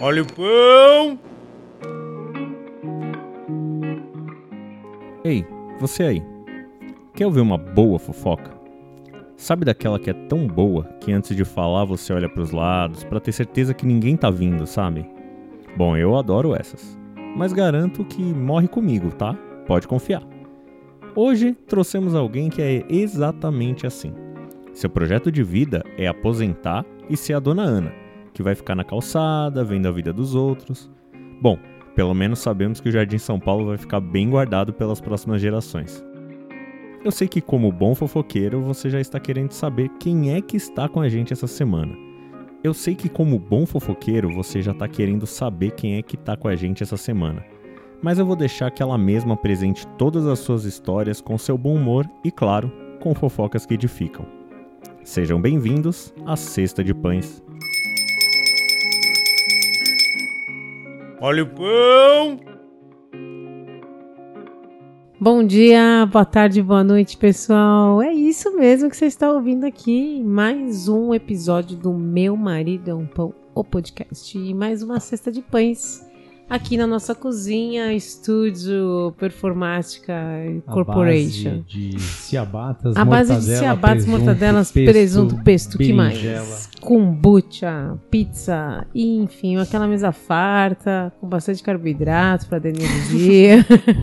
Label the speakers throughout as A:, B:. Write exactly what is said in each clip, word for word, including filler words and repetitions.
A: Olha o pão!
B: Ei, você aí. Quer ouvir uma boa fofoca? Sabe daquela que é tão boa que antes de falar você olha pros lados pra ter certeza que ninguém tá vindo, sabe? Bom, eu adoro essas. Mas garanto que morre comigo, tá? Pode confiar. Hoje trouxemos alguém que é exatamente assim. Seu projeto de vida é aposentar e ser a dona Ana, que vai ficar na calçada, vendo a vida dos outros. Bom, pelo menos sabemos que o Jardim São Paulo vai ficar bem guardado pelas próximas gerações. Eu sei que como bom fofoqueiro você já está querendo saber quem é que está com a gente essa semana. Eu sei que como bom fofoqueiro você já está querendo saber quem é que está com a gente essa semana. Mas eu vou deixar que ela mesma apresente todas as suas histórias com seu bom humor e, claro, com fofocas que edificam. Sejam bem-vindos à Cesta de Pães.
A: Olha o pão!
C: Bom dia, boa tarde, boa noite, pessoal. É isso mesmo que você está ouvindo aqui. Mais um episódio do Meu Marido é um Pão, o podcast. E mais uma Cesta de Pães. Aqui na nossa cozinha, estúdio Performática Corporation.
D: A base de ciabatas,
C: A base de ciabatas, mortadelas, presunto, pesto, que mais? Kombucha, pizza, e, enfim, aquela mesa farta, com bastante carboidrato para dentro do dia.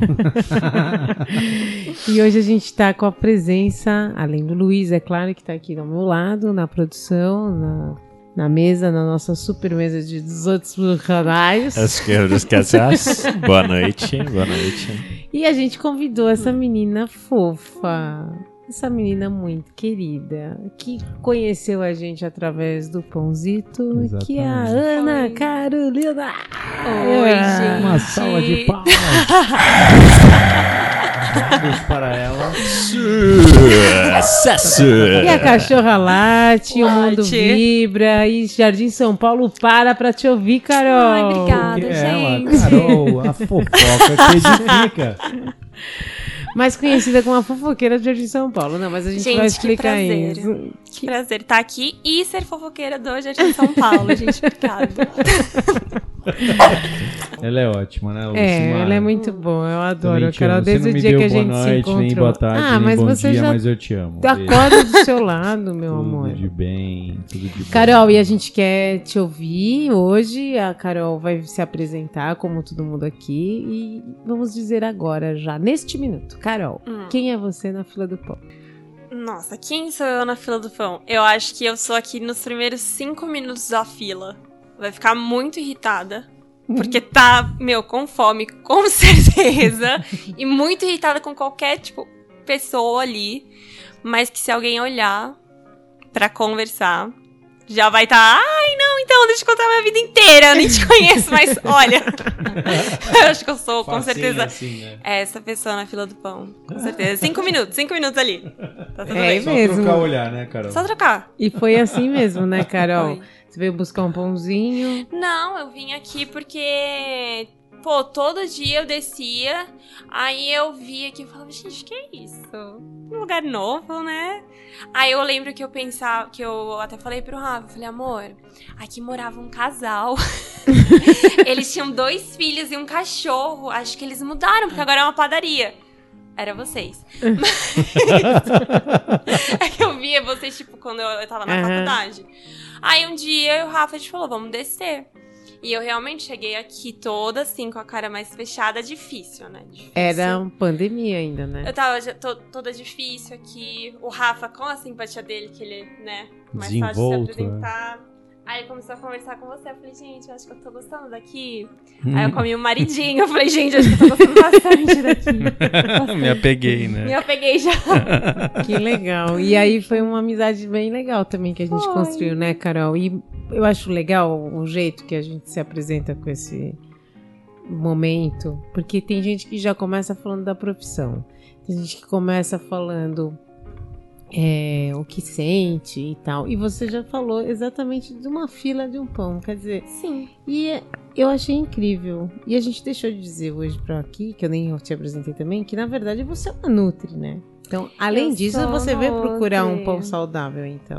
C: E hoje a gente está com a presença, além do Luiz, é claro, que está aqui ao meu lado, na produção, na... na mesa, na nossa super mesa de dezoito canais.
B: Esquerdos casais. Boa noite, boa noite.
C: E a gente convidou essa menina fofa, essa menina muito querida, que conheceu a gente através do Pãozito, exatamente, que é a Ana Oi. Carolina.
D: Oi, gente. Uma salva de palmas. Vamos para ela.
B: Sucesso!
C: E a cachorra late, o mundo vibra, e Jardim São Paulo para pra te ouvir, Carol.
E: Ai, obrigada,
D: Porque
E: gente.
D: Ela, Carol, a fofoca que edifica.
C: Mais conhecida como a fofoqueira do Jardim São Paulo. Não, mas a gente, gente vai explicar
E: que prazer.
C: isso.
E: Que prazer estar aqui e ser fofoqueira do Jardim São Paulo, gente. Obrigada.
D: Ela é ótima, né, Lucimar?
C: É, ela é muito boa, eu adoro. Carol, desde
D: o
C: dia que a gente
D: boa
C: se
D: noite,
C: encontrou.
D: Nem boa tarde,
C: ah,
D: nem
C: mas
D: bom
C: você
D: dia,
C: já
D: mas eu te amo.
C: Acorda do seu lado, meu
D: tudo
C: amor.
D: Tudo de bem, tudo de bom.
C: Carol, e a gente quer te ouvir hoje. A Carol vai se apresentar, como todo mundo aqui. E vamos dizer agora, já, neste minuto. Carol, hum. quem é você na fila do pão?
E: Nossa, quem sou eu na fila do pão? Eu acho que eu sou aqui nos primeiros cinco minutos da fila. Vai ficar muito irritada. Porque tá, meu, com fome, com certeza. E muito irritada com qualquer, tipo, pessoa ali. Mas que se alguém olhar pra conversar, já vai tá, ai, não, então, deixa eu contar minha vida inteira. Eu nem te conheço, mas olha. Eu acho que eu sou, com Facinho certeza, assim, né? Essa pessoa na fila do pão. Com certeza. Cinco minutos, cinco minutos ali. Tá tudo
C: é
E: bem.
C: Mesmo.
D: Só trocar o olhar, né, Carol?
E: Só trocar.
C: E foi assim mesmo, né, Carol?
E: Foi.
C: Você veio buscar um pãozinho?
E: Não, eu vim aqui porque, pô, todo dia eu descia, aí eu via aqui e falava, gente, que é isso? Um lugar novo, né? Aí eu lembro que eu pensava, que eu até falei pro Rafa, eu falei, amor, aqui morava um casal. Eles tinham dois filhos e um cachorro, acho que eles mudaram, porque agora é uma padaria. Era vocês. Mas... é que eu via vocês, tipo, quando eu, eu tava na uhum. faculdade. Aí um dia o Rafa, a gente falou, vamos descer. E eu realmente cheguei aqui toda assim, com a cara mais fechada, difícil, né? Difícil.
C: Era uma pandemia ainda, né?
E: Eu tava to, toda difícil aqui. O Rafa, com a simpatia dele, que ele, né, mais fácil de se apresentar. É. Aí ele começou a conversar com você, eu falei, gente, eu acho que eu tô gostando daqui. Hum. Aí eu comi um maridinho, eu falei, gente, eu acho que eu tô gostando bastante daqui. Bastante.
B: Me apeguei, né?
E: Me apeguei já.
C: Que legal. E aí foi uma amizade bem legal também que a gente foi. construiu, né, Carol? E eu acho legal o jeito que a gente se apresenta com esse momento, porque tem gente que já começa falando da profissão. Tem gente que começa falando... É, o que sente e tal. E você já falou exatamente de uma fila de um pão, quer dizer...
E: Sim.
C: E eu achei incrível. E a gente deixou de dizer hoje pra aqui, que eu nem te apresentei também, que na verdade você é uma Nutri, né? Então, além
E: eu
C: disso, você veio procurar um pão saudável, então.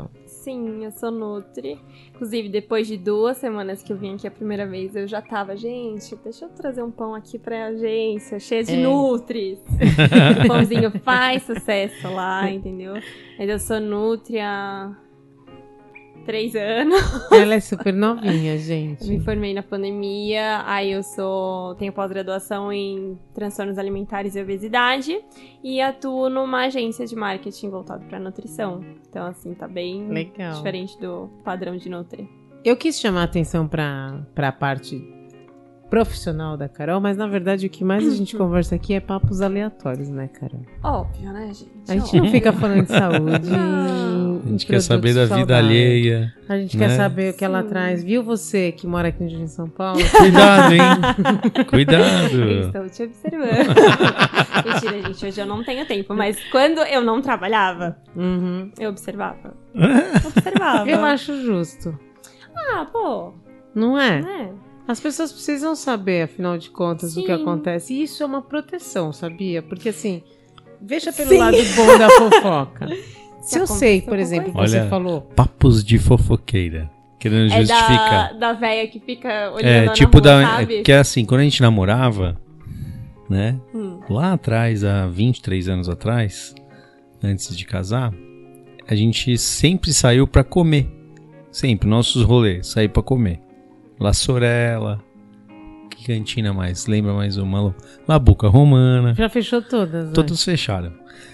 E: Sim, eu sou Nutri. Inclusive, depois de duas semanas que eu vim aqui a primeira vez, eu já tava, gente, deixa eu trazer um pão aqui pra agência, cheio de
C: É.
E: Nutris. O pãozinho faz sucesso lá, entendeu? Mas eu sou Nutri há três anos.
C: Ela é super novinha,
E: Eu me
C: gente.
E: formei na pandemia, aí eu sou tenho pós-graduação em transtornos alimentares e obesidade e atuo numa agência de marketing voltado para nutrição. Então, assim, tá bem
C: Legal.
E: diferente do padrão de Nutri.
C: Eu quis chamar a atenção pra, pra parte profissional da Carol, mas na verdade o que mais a gente conversa aqui é papos aleatórios, né, Carol?
E: Óbvio, né, gente?
C: A gente não fica falando de saúde.
E: Não.
D: A gente quer saber da vida alheia.
C: A gente
D: né?
C: quer saber o que ela
E: Sim.
C: traz. Viu você que mora aqui em São Paulo?
D: Cuidado, hein? Cuidado.
E: Estou te observando. Mentira, gente, hoje eu não tenho tempo, mas quando eu não trabalhava,
C: Uhum.
E: eu observava. Observava.
C: Eu acho justo.
E: Ah, pô,
C: Não é?
E: né?
C: As pessoas precisam saber, afinal de contas, o que
E: Sim.
C: acontece. E isso é uma proteção, sabia? Porque assim, veja pelo
E: Sim.
C: lado bom da fofoca. Se eu
E: aconteceu
C: sei, por
E: alguma
C: exemplo, que
D: coisa.
C: você
D: Olha,
C: falou.
D: Papos de fofoqueira. Querendo
E: É da,
D: justificar.
E: da véia que fica olhando
D: É,
E: na
D: tipo
E: rua,
D: da.
E: sabe?
D: Que é assim, quando a gente namorava, né?
E: Hum.
D: Lá atrás, há vinte e três anos atrás, antes de casar, a gente sempre saiu pra comer. Sempre, nossos rolês, sair pra comer. La Sorella. Que cantina mais? Lembra mais uma? Lu? La Boca Romana.
C: Já fechou todas, né?
D: Todos fecharam.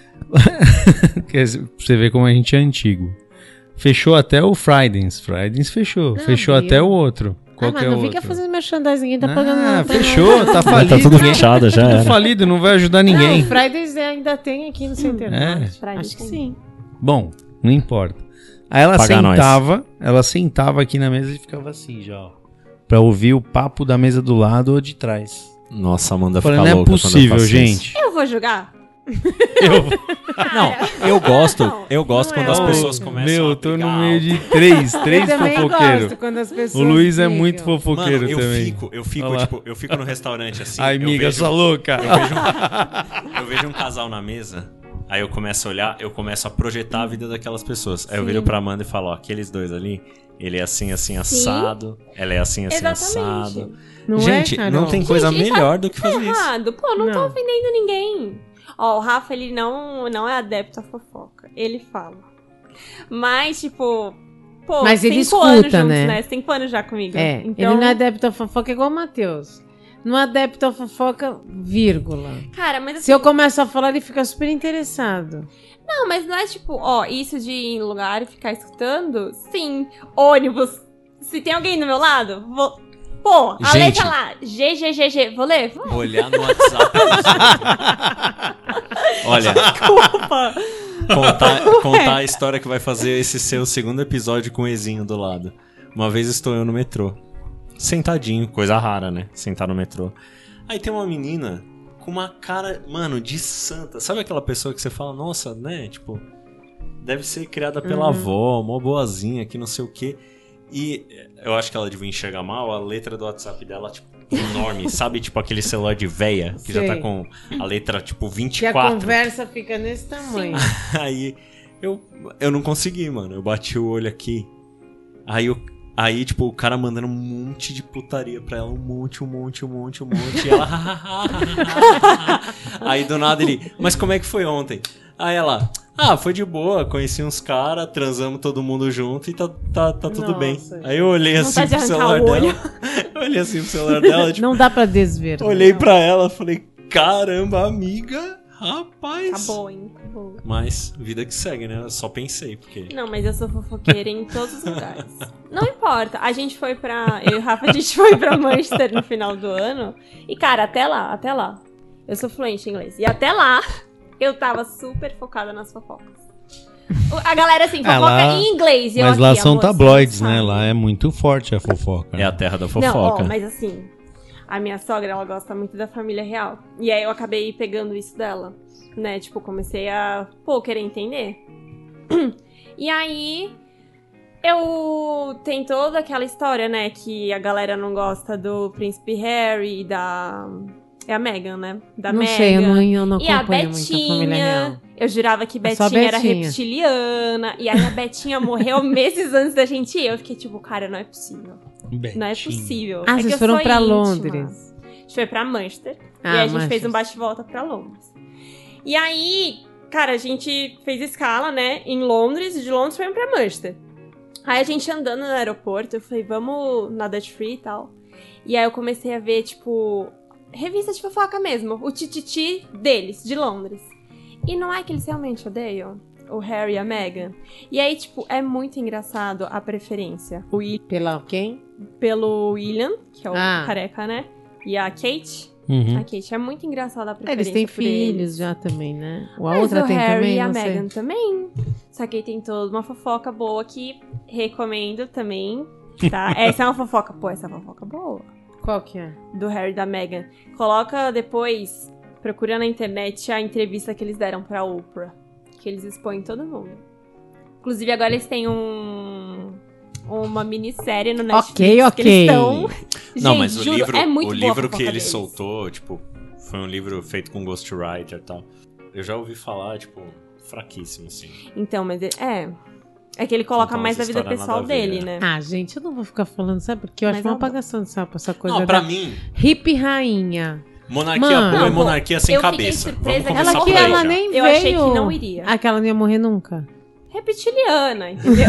D: Quer dizer, pra você ver como a gente é antigo. Fechou até o Fridays. Fridays fechou.
C: Não,
D: fechou
C: abriu.
D: até o outro. Qual
C: Ah, mas
D: que é
C: não
D: o
C: fica
D: outro?
C: fazendo merchandising, ninguém tá
D: Ah,
C: pagando nada. pra
D: fechou,
C: nada.
D: tá
B: Mas
D: falido.
B: tá tudo
D: ninguém-
B: fechado já,
D: Tudo
B: era.
D: falido, não vai ajudar
C: Não,
D: ninguém.
C: Fridays ainda tem aqui no Center
D: É.
C: Norte.
E: Fridays
C: Acho que
E: tem.
C: sim.
D: Bom, não importa. Aí ela
B: Paga nós.
D: sentava, ela sentava aqui na mesa e ficava assim já, ó. Pra ouvir o papo da mesa do lado ou de trás.
B: Nossa, Amanda
D: Falei,
B: fica
D: não é
B: louca quando eu
D: possível,
B: faço
D: gente.
B: isso.
E: Eu vou jogar?
B: Não, eu gosto, eu gosto
C: Não
B: quando
C: é
B: as
C: óbvio.
B: pessoas começam
D: Meu,
B: a
D: eu tô no
B: brigar
D: meio
B: alto.
D: de três, três
C: eu também
D: fofoqueiros.
C: gosto quando as pessoas
D: O Luiz é
C: brigam.
D: muito fofoqueiro
B: Mano, eu
D: também.
B: fico, eu fico,
D: Olha lá.
B: tipo, eu fico no restaurante assim.
D: Ai,
B: eu
D: amiga,
B: vejo-
D: sua louca.
B: Eu vejo, um, eu vejo um casal na mesa, aí eu começo a olhar, eu começo a projetar a vida daquelas pessoas. Aí eu
E: Sim.
B: viro pra Amanda e falo, ó, aqueles dois ali, ele é assim, assim, assado, ela é assim, assim,
E: Exatamente.
B: assado.
C: Não
B: Gente,
C: é, Carol?
B: não tem coisa
E: Gente, isso
B: melhor do que
E: Tá
B: fazer isso.
E: errado. Pô, não, tô
C: Não.
E: ofendendo ninguém. Ó, o Rafa, ele não, não é adepto à fofoca. Ele fala. Mas, tipo... Pô,
C: Mas ele
E: cinco
C: escuta,
E: anos juntos,
C: né?
E: né? Cinco anos já comigo.
C: É,
E: Então,
C: ele não é adepto à fofoca igual o Matheus. Não é adepto à fofoca, vírgula.
E: Cara, mas assim...
C: Se eu começo a falar, ele fica super interessado.
E: Não, mas não é tipo... Ó, isso de ir em lugar e ficar escutando? Sim. Ônibus. Se tem alguém do meu lado, vou... Pô, a
B: Gente.
E: letra lá. G, G, G, G. Vou ler? Vou.
B: Olhar no WhatsApp. Olha,
E: Opa.
B: contar, contar a história que vai fazer esse ser o segundo episódio com o Ezinho do lado. Uma vez estou eu no metrô, sentadinho, coisa rara, né? Sentar no metrô. Aí tem uma menina com uma cara, mano, de santa. Sabe aquela pessoa que você fala, nossa, né? Tipo, deve ser criada pela avó, mó boazinha, que não sei o quê. E eu acho que ela devia enxergar mal, a letra do WhatsApp dela, tipo, enorme. Sabe, tipo, aquele celular de véia, que já
C: Sei.
B: tá com a letra, tipo, vinte
C: Que
B: e
C: a
B: quatro.
C: conversa fica nesse tamanho.
B: Aí eu, eu não consegui, mano. Eu bati o olho aqui. Aí, eu, aí, tipo, o cara mandando um monte de putaria pra ela. Um monte, um monte, um monte, um monte. E ela... Aí do nada ele... Mas como é que foi ontem? Aí ela... Ah, foi de boa. Conheci uns caras, transamos todo mundo junto e tá, tá, tá tudo
C: Nossa,
B: bem.
C: gente.
B: Aí eu olhei assim
E: Vontade de
B: pro
E: arrancar
B: celular
E: o olho.
B: dela. Eu olhei assim pro celular dela, tipo...
C: Não dá pra desver.
B: Olhei pra ela, falei... Caramba, amiga... Rapaz...
E: Acabou, hein? Acabou.
B: Mas, vida que segue, né? Eu só pensei, porque...
E: Não, mas eu sou fofoqueira em todos os lugares. Não importa. A gente foi pra... Eu e o Rafa, a gente foi pra Manchester no final do ano. E, cara, até lá, até lá. Eu sou fluente em inglês. E até lá, eu tava super focada nas fofocas. O- A galera, assim, fofoca
D: Ah, lá-
E: em inglês. E eu
D: Mas lá
E: aqui,
D: são
E: amor, você
D: tabloides,
E: não
D: né?
E: sabe.
D: Lá é muito forte a fofoca.
B: É a terra da
E: Não,
B: fofoca.
E: ó, mas assim... A minha sogra, ela gosta muito da família real. E aí eu acabei pegando isso dela, né? Tipo, comecei a, pô, querer entender. E aí, eu... Tem toda aquela história, né? Que a galera não gosta do Príncipe Harry, da... É a Meghan, né? Da
C: Não
E: Meghan.
C: sei, eu não, eu não
E: E a
C: acompanho muito a família
E: Betinha,
C: real.
E: eu jurava que
C: É só a
E: Betinha era
C: Betinha.
E: reptiliana. E aí a Betinha morreu meses antes da gente ir. Eu fiquei tipo, cara, não é possível.
D: Betinho.
E: Não é possível.
C: Ah,
E: é que
C: vocês
E: eu
C: foram
E: sou
C: pra
E: íntima.
C: Londres.
E: A gente foi pra Manchester.
C: Ah,
E: e aí a gente fez
C: Manchester.
E: um bate-volta pra Londres. E aí, cara, a gente fez escala, né, em Londres. E de Londres foi pra Manchester. Aí a gente andando no aeroporto, eu falei, vamos na Dutch Free e tal. E aí eu comecei a ver, tipo, revista de fofoca mesmo. O tititi deles, de Londres. E não é que eles realmente odeiam o Harry e a Meghan. E aí, tipo, é muito engraçado a preferência. O Will,
C: Pela quem?
E: pelo William, que é o
C: Ah.
E: careca, né? E a Kate.
D: Uhum.
E: A Kate é muito engraçada a
C: É,
E: preferência
C: eles têm
E: por
C: filhos
E: eles.
C: já também, né? A
E: Mas
C: outra
E: o
C: tem
E: Harry
C: também,
E: e a
C: não sei.
E: Meghan também. Só que aí tem toda uma fofoca boa que recomendo também, tá? Essa é uma fofoca, pô, essa é uma fofoca boa.
C: Qual que é?
E: Do Harry e da Meghan. Coloca depois, procura na internet a entrevista que eles deram pra Oprah. Que eles expõem todo mundo. Inclusive, agora eles têm um... uma minissérie no Netflix.
C: Ok,
E: que
C: ok.
E: eles tão...
A: Não,
E: Gente,
A: mas o
E: juro,
A: livro,
E: é muito
A: o
E: boa a
A: livro
E: fofoca
A: que ele
E: deles.
A: soltou, tipo, foi um livro feito com ghostwriter e tal. Eu já ouvi falar, tipo, fraquíssimo, assim.
E: Então, mas ele- é... É que ele coloca
A: Contar
E: mais a
A: umas
E: vida
A: histórias
E: pessoal
A: nada a ver,
E: dele,
A: né?
E: né?
C: Ah, gente, eu não vou ficar falando, sabe? Porque eu
E: Mas
C: acho uma
E: é bom.
C: apagação de sapo essa coisa
A: Não, pra
C: da
A: mim,
C: hippie rainha.
A: monarquia
C: Mano.
A: boa é
E: Não,
A: monarquia sem
E: eu fiquei
A: cabeça.
E: surpresa
A: Vamos
E: que
A: começar
C: Ela
A: por
C: que
A: aí
C: ela
A: já.
C: nem
E: Eu
C: veio.
E: achei que não iria.
C: Ah, que ela não ia morrer nunca.
E: Reptiliana, entendeu?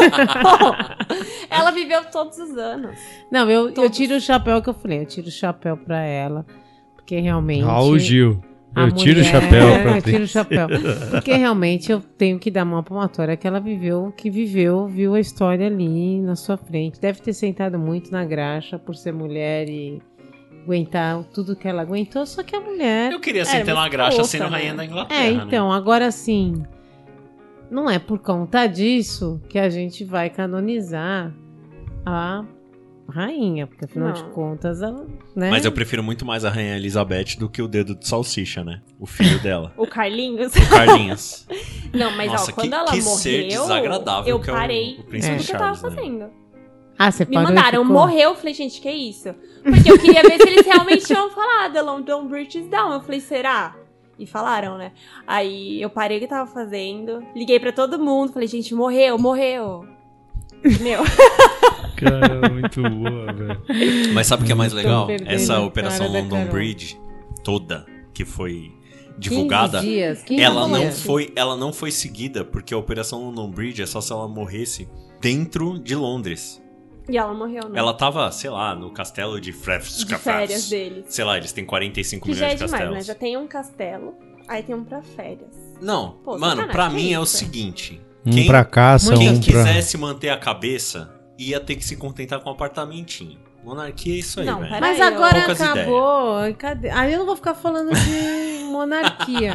E: Ela viveu todos os anos.
C: Não, eu, eu
E: Todos.
C: tiro o chapéu que eu falei. Eu tiro o chapéu pra ela. Porque realmente...
D: Raul Gil.
C: a
D: Eu tiro o
C: mulher-
D: chapéu pra
C: Eu tiro o chapéu. Porque realmente eu tenho que dar uma palmatória que ela viveu, que viveu, viu a história ali na sua frente. Deve ter sentado muito na graxa por ser mulher e aguentar tudo que ela aguentou. Só que a mulher...
A: Eu queria
E: É,
A: sentar
E: mas
A: na graxa
E: outra,
A: sendo
E: né?
A: rainha da Inglaterra,
C: É,
A: né?
C: então, agora sim, não é por conta disso que a gente vai canonizar a rainha, porque afinal
E: Não.
C: de contas, ela, né?
A: Mas eu prefiro muito mais a rainha Elizabeth do que o dedo de salsicha, né? O filho dela.
E: O Carlinhos.
A: O Carlinhos.
E: Não, mas
A: Nossa,
E: ó, quando
A: que-
E: ela
A: que
E: morreu,
A: ser desagradável
E: eu
A: que é o-
E: parei
A: o príncipe
E: tudo que eu tava
A: Charles, né?
E: fazendo.
C: Ah, você
E: Me
C: parou e
E: mandaram,
C: ficou?
E: morreu. Eu falei, gente, que isso? Porque eu queria ver se eles realmente tinham falado The London Bridge is down. Eu falei, será? E falaram, né? Aí eu parei o que eu tava fazendo, liguei pra todo mundo, falei, gente, morreu, morreu. Meu.
D: Cara, muito boa, velho.
A: Mas sabe o que é mais legal?
C: perdendo
A: Essa
C: a
A: Operação
C: cara da
A: London
C: Carol.
A: Bridge toda que foi divulgada,
C: quinze dias, quinze
A: ela não
C: dias.
A: foi, ela não foi seguida porque a Operação London Bridge é só se ela morresse dentro de Londres.
E: E ela morreu, né?
A: Ela tava, sei lá, no castelo de Frefs.
E: de férias deles.
A: Sei lá, eles têm quarenta e cinco
E: Que já é
A: milhões de
E: demais,
A: castelos.
E: né? Já tem um castelo, aí tem um pra férias.
A: Não,
E: Pô,
A: mano,
E: sacanagem,
A: pra
E: que
A: mim é o
E: isso?
A: seguinte.
D: Um
A: Quem-
D: pra caça,
A: Quem
D: um pra...
A: quisesse manter a cabeça ia ter que se contentar com um apartamentinho. Monarquia é isso aí,
E: Não,
A: velho.
E: pera-
C: Mas
E: Peraí,
C: agora
A: poucas
C: acabou. Cadê? Aí eu não vou ficar falando de monarquia.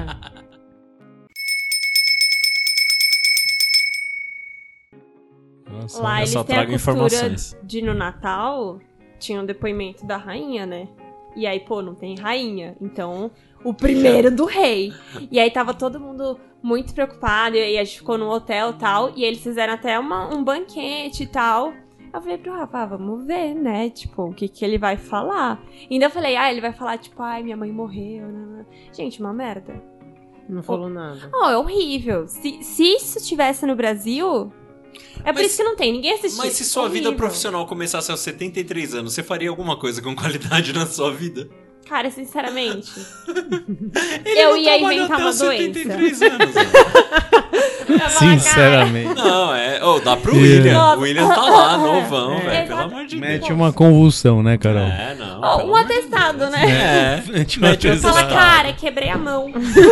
D: Nossa,
E: Lá
A: eu
E: eles
A: só
E: têm a
A: trago
E: cultura
A: informações.
E: de no Natal tinha um depoimento da rainha, né? E aí, pô, não tem rainha. Então, o primeiro do rei. E aí tava todo mundo muito preocupado. E a gente ficou no hotel e tal. E eles fizeram até uma, um banquete e tal. Eu falei pro Rafa, ah, vamos ver, né? Tipo, o que que ele vai falar. E ainda eu falei, ah, ele vai falar, tipo, ai, minha mãe morreu. Né? Gente, uma merda.
C: Não falou nada.
E: Oh, é horrível. Se, se isso tivesse no Brasil... É por
A: Mas-
E: isso que não tem, ninguém assistiu.
A: Mas se sua vida
E: Horrível.
A: profissional começasse aos setenta e três anos, você faria alguma coisa com qualidade na sua vida?
E: Cara, sinceramente,
A: Ele
E: Eu
A: não
E: ia
A: trabalhou
E: inventar
A: até
E: uma
A: os setenta e
E: doença.
A: três anos. né?
E: eu ia falar, cara,
D: Sinceramente.
A: Não, é. Oh, dá pro
D: Yeah.
A: William.
E: Nossa.
A: O William tá lá, novão,
C: É.
A: velho. Pelo
E: Exato.
A: amor de
D: Mete
A: Deus.
D: uma convulsão, né, Carol?
A: É, não.
E: ó,
A: pelo
E: um
A: amor de
E: atestado,
A: Deus.
E: né?
A: É.
D: Mete
A: Mete um
E: Fala,
A: atestado.
E: cara, quebrei a mão.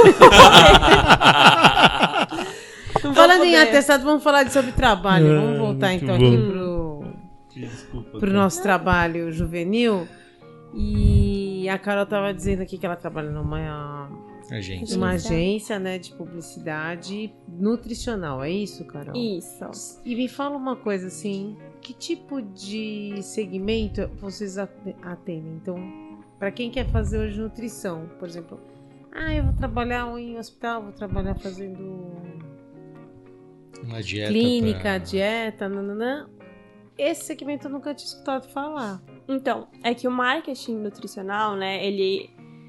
C: Falando em
E: poder.
C: atestado, vamos falar de sobre trabalho.
D: É,
C: Vamos voltar
D: muito
C: então
D: bom.
C: aqui pro,
D: Desculpa.
C: pro nosso trabalho juvenil. E a Carol tava dizendo aqui que ela trabalha numa,
D: Agência.
C: numa
E: Agência.
C: agência, né, de publicidade nutricional. É isso, Carol?
E: Isso.
C: E me fala uma coisa assim, que tipo de segmento vocês ate- atendem? Então, para quem quer fazer hoje nutrição, por exemplo, ah, eu vou trabalhar em hospital, vou trabalhar fazendo
D: Uma dieta
C: clínica,
D: pra-
C: dieta, nananã. Esse segmento eu nunca tinha escutado falar.
E: Então, é que o marketing nutricional, né, ele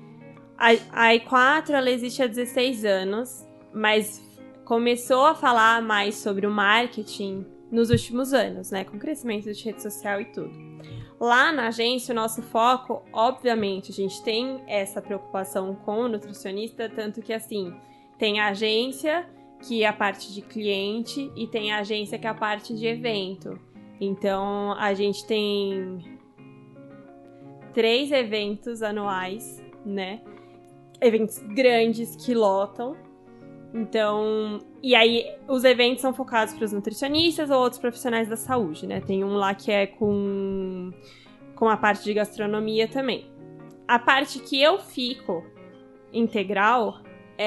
E: A, a E quatro, ela existe há dezesseis anos, mas começou a falar mais sobre o marketing nos últimos anos, né? Com o crescimento de rede social e tudo. Lá na agência, o nosso foco, obviamente, a gente tem essa preocupação com o nutricionista, tanto que, assim, tem a agência, que é a parte de cliente, e tem a agência, que é a parte de evento. Então, a gente tem três eventos anuais, né? Eventos grandes que lotam. Então, e aí os eventos são focados para os nutricionistas ou outros profissionais da saúde, né? Tem um lá que é com, com a parte de gastronomia também. A parte que eu fico integral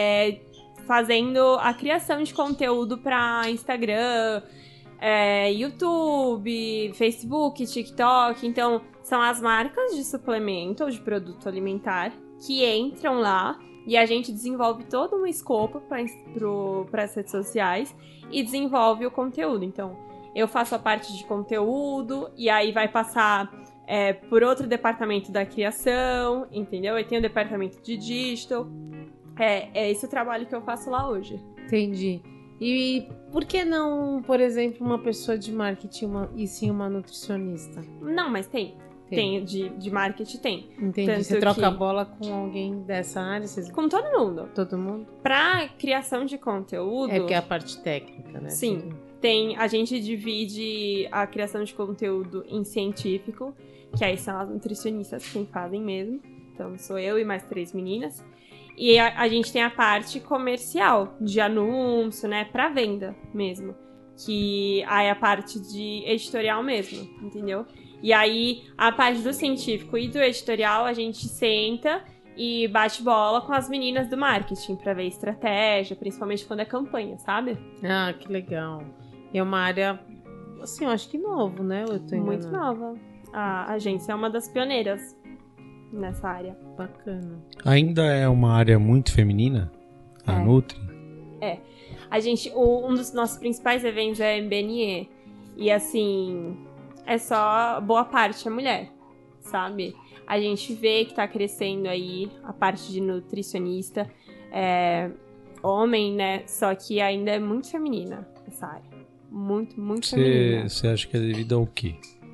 E: é fazendo a criação de conteúdo para Instagram, é, YouTube, Facebook, TikTok. Então, são as marcas de suplemento ou de produto alimentar que entram lá e a gente desenvolve todo um escopo para as redes sociais e desenvolve o conteúdo. Então, eu faço a parte de conteúdo e aí vai passar é, por outro departamento da criação, entendeu? E tem o departamento de digital. É, é esse o trabalho que eu faço lá hoje.
C: Entendi. E por que não, por exemplo, uma pessoa de marketing uma, e sim uma nutricionista?
E: Não, mas tem. Tem, tem de, de marketing tem.
C: Entendi.
E: Tanto
C: Você troca
E: que...
C: a bola com alguém dessa área? Vocês...
E: Com todo mundo.
C: Todo mundo?
E: Pra criação de conteúdo...
C: É porque é a parte técnica, né?
E: Sim. Tem, a gente divide a criação de conteúdo em científico, que aí são as nutricionistas quem fazem mesmo. Então, sou eu e mais três meninas. E a, a gente tem a parte comercial, de anúncio, né? Pra venda mesmo. Que aí é a parte de editorial mesmo, entendeu? E aí, a parte do científico e do editorial, a gente senta e bate bola com as meninas do marketing pra ver estratégia, principalmente quando é campanha, sabe?
C: Ah, que legal. E é uma área, assim, eu acho que novo, né? Eu tô
E: Muito
C: enganando.
E: nova. A agência é uma das pioneiras nessa área.
C: Bacana.
D: Ainda é uma área muito feminina? A
E: É.
D: Nutri?
E: É. A gente, o, um dos nossos principais eventos é M B N E. E assim, é só boa parte a mulher, sabe? A gente vê que tá crescendo aí a parte de nutricionista, é, homem, né? Só que ainda é muito feminina essa área. Muito, muito feminina.
D: Você acha que é devido ao quê?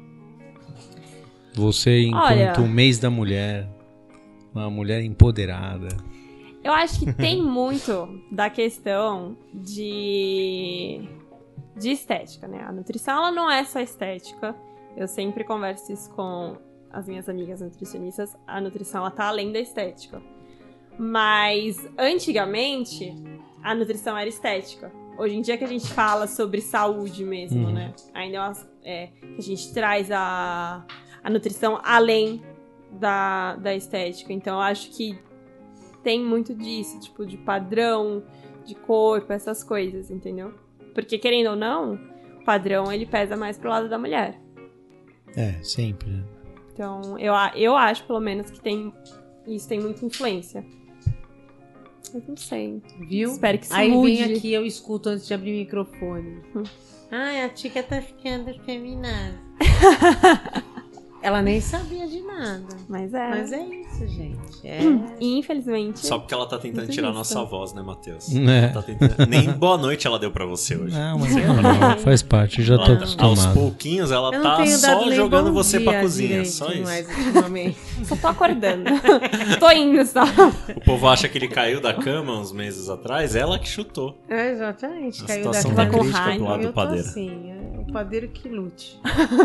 D: Você, enquanto
E: Olha-
D: mês da mulher, uma mulher empoderada.
E: Eu acho que tem muito da questão de, de estética, né? A nutrição, ela não é só estética. Eu sempre converso isso com as minhas amigas nutricionistas. A nutrição, ela tá além da estética. Mas, antigamente, a nutrição era estética. Hoje em dia que a gente fala sobre saúde mesmo,
D: Uhum.
E: né? Ainda é, uma- é que a gente traz a, a nutrição além da, da estética. Então, eu acho que tem muito disso, tipo, de padrão, de corpo, essas coisas, entendeu? Porque, querendo ou não, o padrão, ele pesa mais pro lado da mulher.
D: É, sempre, né?
E: Então, eu, a- eu acho, pelo menos, que tem isso tem muita influência. Mas não sei.
C: Viu?
E: Espero que se
C: Aí
E: mude.
C: vem aqui, eu escuto antes de abrir o microfone.
E: Hum.
C: Ai, a tica tá ficando feminada. Ela nem sabia de nada.
E: Mas é.
C: Mas é isso, gente. É...
E: E, infelizmente...
A: Só porque ela tá tentando
E: Muito
A: tirar a
E: isso.
A: nossa voz, né, Matheus?
D: É.
A: Tá tentando... Nem boa noite ela deu pra você hoje.
D: Não, mas é normal, faz parte, eu já tô
A: Ela- aos
D: acostumado.
A: pouquinhos ela
C: Eu não
A: tá
C: tenho dado
A: só
C: nem
A: jogando
C: bom
A: você pra
C: dia
A: cozinha,
C: direito
A: só isso.
C: mais ultimamente.
E: Só tô acordando. Tô indo só.
A: O povo acha que ele caiu da cama uns meses atrás, ela que chutou.
C: É, exatamente.
A: A
C: Caiu da
A: situação
C: cama.
A: tá
E: com
A: crítica
E: raiva.
A: pro lado
C: Eu
A: do
C: tô
A: padeiro.
C: assim, é o padeiro que lute.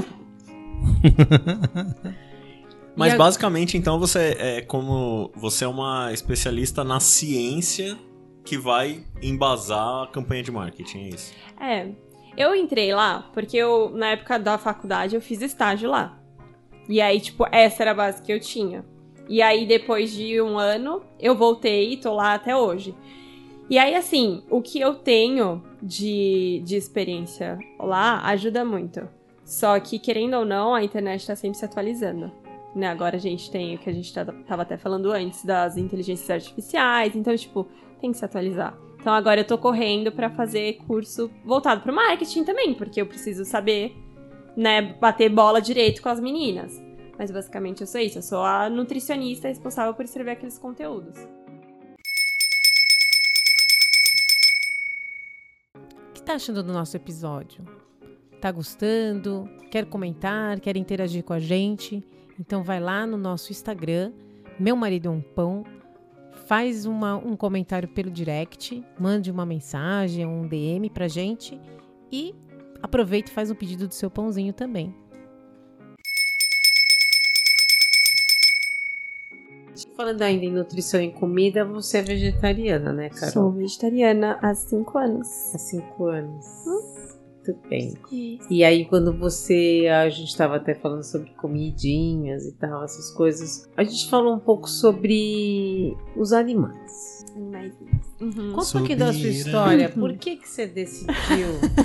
A: Mas
C: E a-
A: basicamente, então, você é como. Você é uma especialista na ciência que vai embasar a campanha de marketing, é isso?
E: É. Eu entrei lá porque eu, na época da faculdade, eu fiz estágio lá. E aí, tipo, essa era a base que eu tinha. E aí, depois de um ano, eu voltei e tô lá até hoje. E aí, assim, o que eu tenho de, de experiência lá ajuda muito. Só que, querendo ou não, a internet tá sempre se atualizando. Né? Agora a gente tem o que a gente tá- tava até falando antes, das inteligências artificiais. Então, tipo, tem que se atualizar. Então, agora eu tô correndo pra fazer curso voltado pro marketing também, porque eu preciso saber, né, bater bola direito com as meninas. Mas basicamente eu sou isso, eu sou a nutricionista responsável por escrever aqueles conteúdos.
C: O que tá achando do nosso episódio? Tá gostando? Quer comentar? Quer interagir com a gente? Então vai lá no nosso Instagram, Meu Marido é um Pão, faz uma, um comentário pelo direct, mande uma mensagem, um D M pra gente e aproveita e faz um pedido do seu pãozinho também. Falando ainda em nutrição e comida, você é vegetariana, né, Carol?
E: Sou vegetariana há cinco anos.
C: Há cinco anos.
E: Hum?
C: Muito bem.
E: Isso.
C: E aí, quando você... A gente estava até falando sobre comidinhas e tal, essas coisas. A gente falou um pouco sobre os animais.
E: Animais. Uhum.
C: Conta um pouquinho da sua história. Por que que você decidiu,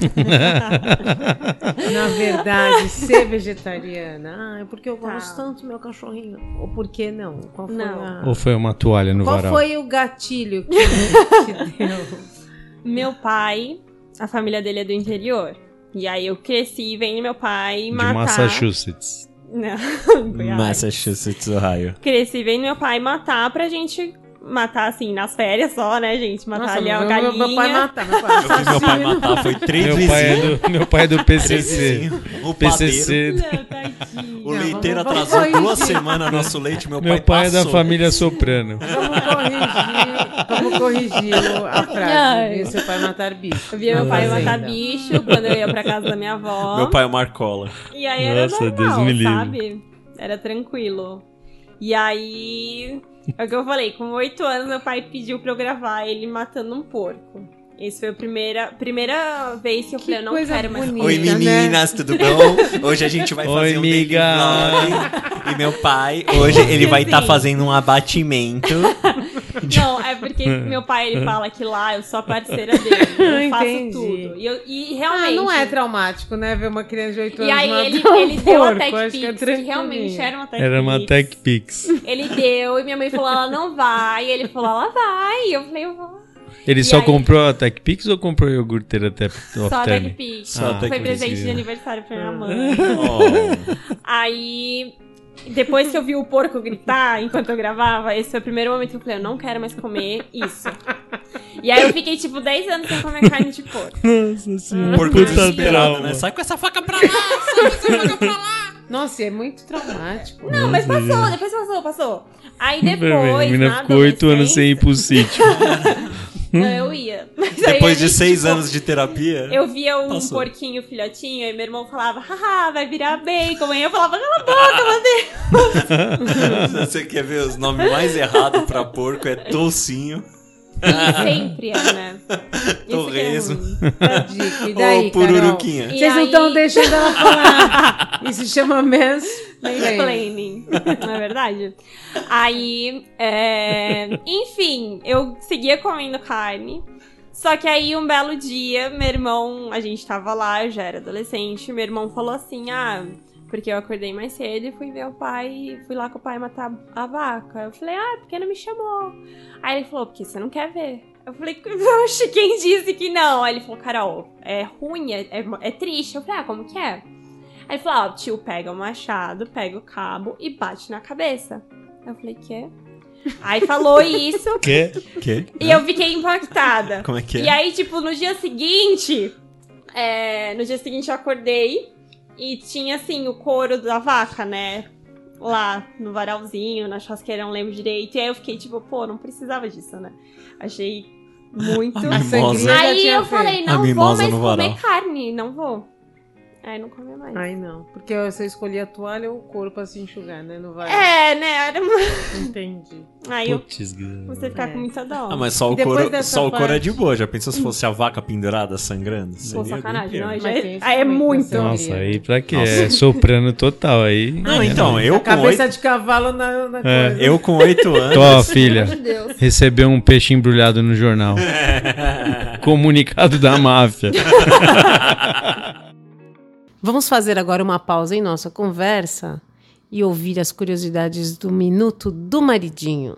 C: na verdade, ser vegetariana? Ah, é porque eu gosto
E: Tá.
C: tanto do meu cachorrinho. Ou por que não? Qual foi,
E: Não.
C: a...
D: Ou foi uma toalha no
C: Qual
D: varal?
C: foi o gatilho que te deu?
E: Meu pai, a família dele é do interior. E aí eu cresci vendo meu pai
D: De
E: matar...
D: Massachusetts.
E: Não, Goiás.
A: Massachusetts, Ohio.
E: Cresci vendo meu pai matar pra gente... Matar, assim, nas férias só, né, gente? Matar
C: Nossa,
E: ali a
C: meu,
E: galinha.
C: meu pai matar, meu pai.
A: Eu vi meu pai matar, foi três
D: Meu pai, é
A: vizinhos.
D: do, meu pai é do P C
A: Três
D: C.
A: vizinhos. O
D: P C
A: padeiro.
D: C.
E: Não, tadinho.
A: O leiteiro
C: vamos- vamos
A: atrasou duas
C: corrigir.
A: semanas nosso leite, meu,
D: Meu pai é da
A: passou.
D: família Soprano.
C: Vamos corrigir, vamos corrigir o- a frase.
E: Ai.
C: Viu seu pai matar bicho.
E: Eu via meu pai
C: Na
E: matar
C: fazenda.
E: bicho quando eu ia pra casa da minha avó.
A: Meu pai é o Marcola.
E: E aí era
D: Nossa,
E: normal,
D: Deus me livre.
E: sabe? Era tranquilo. E aí... É o que eu falei, com oito anos meu pai pediu pra eu gravar ele matando um porco. Essa foi a primeira, primeira vez que eu
C: Que
E: falei, eu não
C: coisa
E: quero mais
C: bonita.
A: Oi
C: né?
A: meninas, tudo bom? Hoje a gente vai
D: Oi,
A: fazer um daily
D: miga.
A: vlog. E meu pai, hoje ele vai estar
E: Sim.
A: fazendo um abatimento.
E: Não, é porque meu pai, ele fala que lá eu sou a parceira dele. Eu faço
C: Entendi.
E: tudo. E, eu, e
C: Ah,
E: realmente...
C: não é traumático, né? Ver uma criança de oito anos
E: E aí ele,
C: matar um
E: ele deu a
C: porco,
E: Tech
C: acho que é
E: Pix, que
C: tranquilinho.
E: realmente era uma Tech
D: Era uma
E: Pix.
D: Tech Pix.
E: Ele deu, e minha mãe falou, ela não vai. E ele falou, ela vai. E eu falei, eu vou.
D: Ele
E: E
D: só
E: aí-
D: comprou a Tech Pix ou comprou o iogurteira até
E: Só a Tech Pix.
A: Só a Tech
E: Foi
A: Pix.
E: presente de aniversário pra minha mãe.
A: Oh.
E: Aí, depois que eu vi o porco gritar enquanto eu gravava, esse foi o primeiro momento que eu falei, eu não quero mais comer isso. E aí eu fiquei, tipo, dez anos sem comer carne de porco.
D: Nossa senhora.
A: Porco
D: puta
A: desesperado,
D: trauma.
A: né? Sai com essa faca pra lá! Sai com essa faca pra lá!
C: Nossa, é muito traumático.
E: Não, mas passou, depois passou, passou. Aí
D: A
E: depois,
D: menina
E: na
D: ficou oito anos sem ir
E: adolescência-
D: pro sítio.
E: Não, eu ia. Mas aí
A: Depois
E: a
A: de
E: gente,
A: seis
E: tipo,
A: anos de terapia.
E: Eu via um
A: Passou.
E: porquinho filhotinho e meu irmão falava, haha, vai virar bacon. Aí eu falava, cala a boca, Matheus.
A: Se você quer ver os nomes mais errados pra porco, é toucinho.
E: E sempre é, né? Isso que é
A: Torresmo.
E: ruim.
C: Dica. E daí,
A: Ou pururuquinha.
E: E
C: Vocês não
E: aí-
C: estão deixando ela falar. Isso chama mesmo.
E: Mansplaining, não é verdade? Aí, é... enfim, eu seguia comendo carne. Só que aí, um belo dia, meu irmão, a gente tava lá, eu já era adolescente, meu irmão falou assim, ah, porque eu acordei mais cedo e fui ver o pai, fui lá com o pai matar a vaca. Eu falei, ah, porque não me chamou? Aí ele falou, porque você não quer ver. Eu falei, oxe, quem disse que não? Aí ele falou, Carol, é ruim, é, é, é triste. Eu falei, ah, como que é? Aí ele falou, ó, o tio pega o machado, pega o cabo e bate na cabeça. Eu falei, quê? Aí falou isso
D: Quê?
A: Que?
E: e eu fiquei impactada.
A: Como é que é?
E: E aí, tipo, no dia seguinte, é, no dia seguinte eu acordei e tinha, assim, o couro da vaca, né? Lá no varalzinho, na churrasqueira, não lembro direito. E aí eu fiquei, tipo, pô, não precisava disso, né? Achei muito...
A: A
C: A
A: mimosa.
C: sangria já
E: Aí
C: tinha
E: eu
C: feito.
E: falei,
A: A
E: não vou
A: mimosa
E: mais
A: no
E: comer
A: varal.
E: carne, não vou. Aí não comi mais.
C: Ai, não. Porque você escolhia a toalha ou o couro pra se enxugar, né? Não vai.
E: É, né? Era uma...
C: Entendi.
E: Aí eu,
D: Putz, grana.
E: você ficar com muita dó.
A: Ah, mas só
C: E
A: o
C: depois
A: couro,
C: dessa
A: só o couro é
C: parte-
A: de boa. Já pensou se fosse a vaca pendurada sangrando?
E: Pô,
A: Seria bem
E: sacanagem,
A: pior.
E: não, aí,
C: Mas
E: já
C: tem
E: é,
C: isso
E: aí é
C: também,
E: muito.
C: tá certo.
D: Nossa, aí pra quê?
A: Nossa.
D: É soprano total aí.
A: Não, então, eu
C: A
A: com
C: cabeça
A: oito...
C: de cavalo na, na
D: É,
C: coisa.
A: Eu com oito anos...
D: Ó, filha,
E: Meu Deus.
D: recebeu um peixe embrulhado no jornal. Comunicado da máfia.
C: Vamos fazer agora uma pausa em nossa conversa e ouvir as curiosidades do Minuto do Maridinho.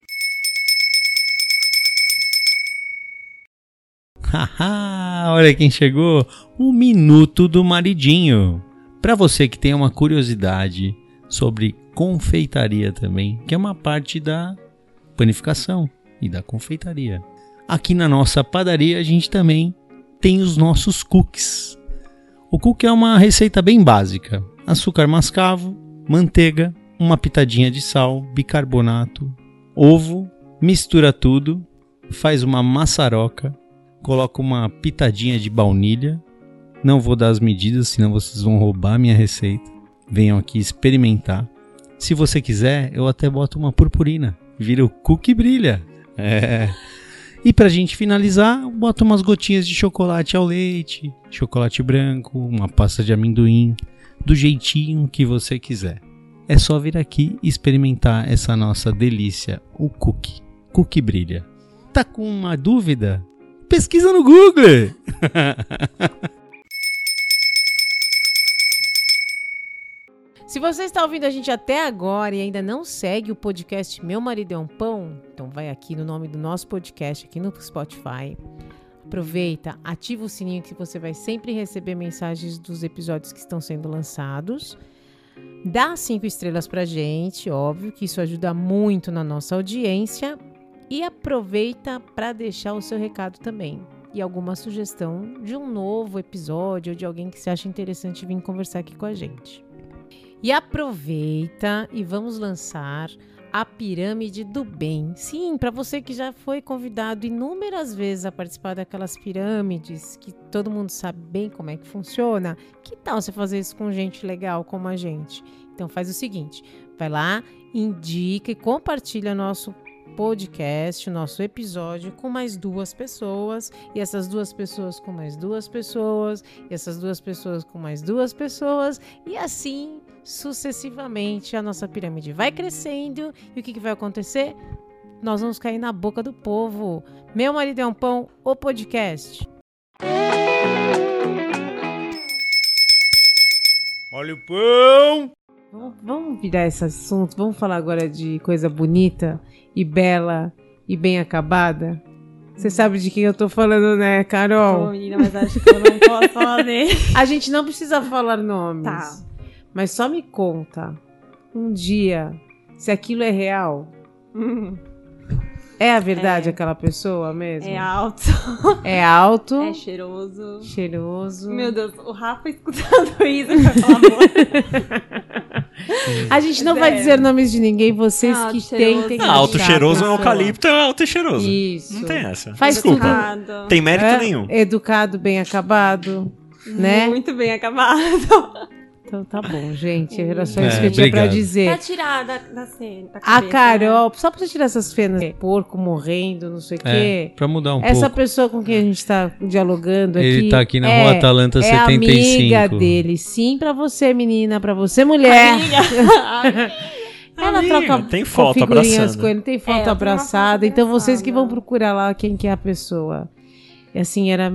D: Haha, olha quem chegou, o Minuto do Maridinho. Para você que tem uma curiosidade sobre confeitaria também, que é uma parte da panificação e da confeitaria. Aqui na nossa padaria a gente também tem os nossos cookies. O cookie é uma receita bem básica: açúcar mascavo, manteiga, uma pitadinha de sal, bicarbonato, ovo, mistura tudo, faz uma maçaroca, coloca uma pitadinha de baunilha. Não vou dar as medidas, senão vocês vão roubar minha receita. Venham aqui experimentar. Se você quiser, eu até boto uma purpurina. Vira o cookie brilha. É. E pra gente finalizar, eu boto umas gotinhas de chocolate ao leite, chocolate branco, uma pasta de amendoim, do jeitinho que você quiser. É só vir aqui e experimentar essa nossa delícia, o cookie. Cookie brilha. Tá com uma dúvida? Pesquisa no Google!
C: Se você está ouvindo a gente até agora e ainda não segue o podcast Meu Marido é um Pão, então vai aqui no nome do nosso podcast, aqui no Spotify. Aproveita, ativa o sininho que você vai sempre receber mensagens dos episódios que estão sendo lançados. Dá cinco estrelas pra gente, óbvio que isso ajuda muito na nossa audiência. E aproveita para deixar o seu recado também. E alguma sugestão de um novo episódio ou de alguém que você acha interessante vir conversar aqui com a gente. E aproveita e vamos lançar a Pirâmide do Bem. Sim, para você que já foi convidado inúmeras vezes a participar daquelas pirâmides, que todo mundo sabe bem como é que funciona, que tal você fazer isso com gente legal como a gente? Então faz o seguinte, vai lá, indica e compartilha nosso podcast, o nosso episódio com mais duas pessoas, e essas duas pessoas com mais duas pessoas, e essas duas pessoas com mais duas pessoas, e assim sucessivamente a nossa pirâmide vai crescendo. E o que, que vai acontecer? Nós vamos cair na boca do povo. Meu Marido é um Pão, o podcast.
D: Olha o pão!
C: Vamos, vamos virar esse assunto, vamos falar agora de coisa bonita e bela e bem acabada. Você sabe de quem eu tô falando, né, Carol?
E: Tô, menina, mas acho que eu não posso falar dele.
C: A gente não precisa falar nomes.
E: Tá.
C: Mas só me conta, um dia, se aquilo é real.
E: Hum.
C: É a verdade
E: É.
C: aquela pessoa mesmo?
E: É alto.
C: É alto.
E: É cheiroso.
C: Cheiroso.
E: Meu Deus, o Rafa escutando isso vai falar amor.
C: A gente não
E: É.
C: vai dizer nomes de ninguém, vocês
E: Ah,
C: que
E: cheiroso.
C: tentem
A: Ah, alto
C: achar
A: cheiroso
C: a
A: é
C: pessoa.
A: eucalipto, é alto e cheiroso.
C: Isso.
A: Não tem essa.
C: Faz
A: Desculpa.
C: tudo.
E: Educado.
A: Tem mérito
C: É,
A: nenhum.
C: Educado, bem acabado, né?
E: Muito bem acabado.
C: Então tá bom, gente. Era só
D: É,
C: isso que eu tinha pra
D: obrigado.
C: dizer.
E: Pra tirar da, da cena. Da
C: A
E: cabeça,
C: Carol, só pra você tirar essas penas, porco morrendo, não sei o
D: É,
C: quê.
D: pra mudar um
C: Essa
D: pouco.
C: pessoa com quem a gente tá dialogando aqui.
D: Ele tá aqui na
C: é,
D: Rua Atalanta
C: é
D: setenta e cinco.
C: amiga dele. Sim, pra você, menina, pra você,
E: né?
C: mulher.
E: Amiga.
C: Ela
A: Amiga,
C: troca
A: tem foto
C: com figurinhas
A: abraçando.
C: com ele, tem
E: É,
C: foto
E: eu tenho uma
C: abraçada.
E: foto
C: Então vocês
E: abraçada.
C: que vão procurar lá quem que é a pessoa. E assim, era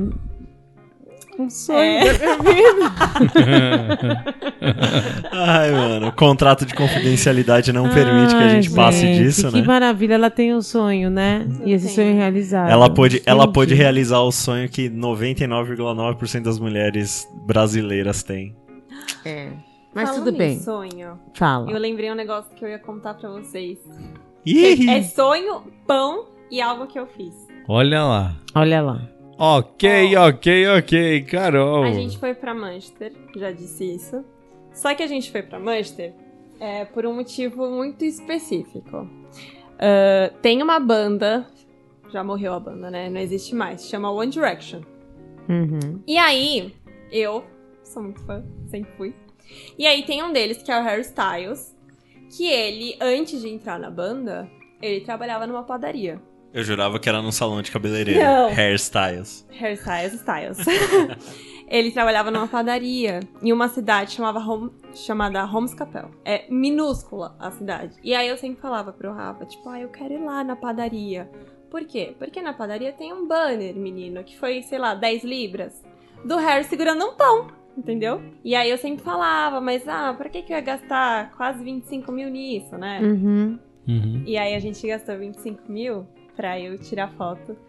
C: um sonho
E: É.
C: da minha vida.
A: Ai, mano, o contrato de confidencialidade não permite que a gente
C: Ai,
A: passe
C: gente,
A: disso,
C: que
A: né?
C: maravilha, ela tem um sonho, né?
E: Eu
C: E esse
E: tenho.
C: sonho é realizado.
A: Ela pôde, ela
C: Entendi.
A: pôde realizar o sonho que noventa e nove vírgula nove por cento das mulheres brasileiras têm.
C: É. Mas
E: Falando
C: tudo
E: em
C: bem.
E: sonho,
C: Fala.
E: eu lembrei um negócio que eu ia contar pra vocês.
A: Ih!
E: É sonho, pão e algo que eu fiz.
D: Olha lá.
C: Olha lá.
D: Ok, ok, ok, Carol.
E: A gente foi pra Manchester, já disse isso. Só que a gente foi pra Manchester é, por um motivo muito específico. Ah, tem uma banda, já morreu a banda, né? Não existe mais. Chama One Direction.
C: Uhum.
E: E aí, eu sou muito fã, sempre fui. E aí tem um deles, que é o Harry Styles, que ele, antes de entrar na banda, ele trabalhava numa padaria.
A: Eu jurava que era num salão de cabeleireiro.
E: Não.
A: Hairstyles.
E: Harry Styles Styles. Ele trabalhava numa padaria em uma cidade chamava Hom- chamada Holmes-Capel. É minúscula a cidade. E aí eu sempre falava pro Rafa, tipo, ah, eu quero ir lá na padaria. Por quê? Porque na padaria tem um banner, menino, que foi, sei lá, dez libras, do Harry segurando um pão, entendeu? E aí eu sempre falava, mas ah, pra que que eu ia gastar quase vinte e cinco mil nisso, né?
C: Uhum.
D: Uhum.
E: E aí a gente gastou vinte e cinco mil pra eu tirar foto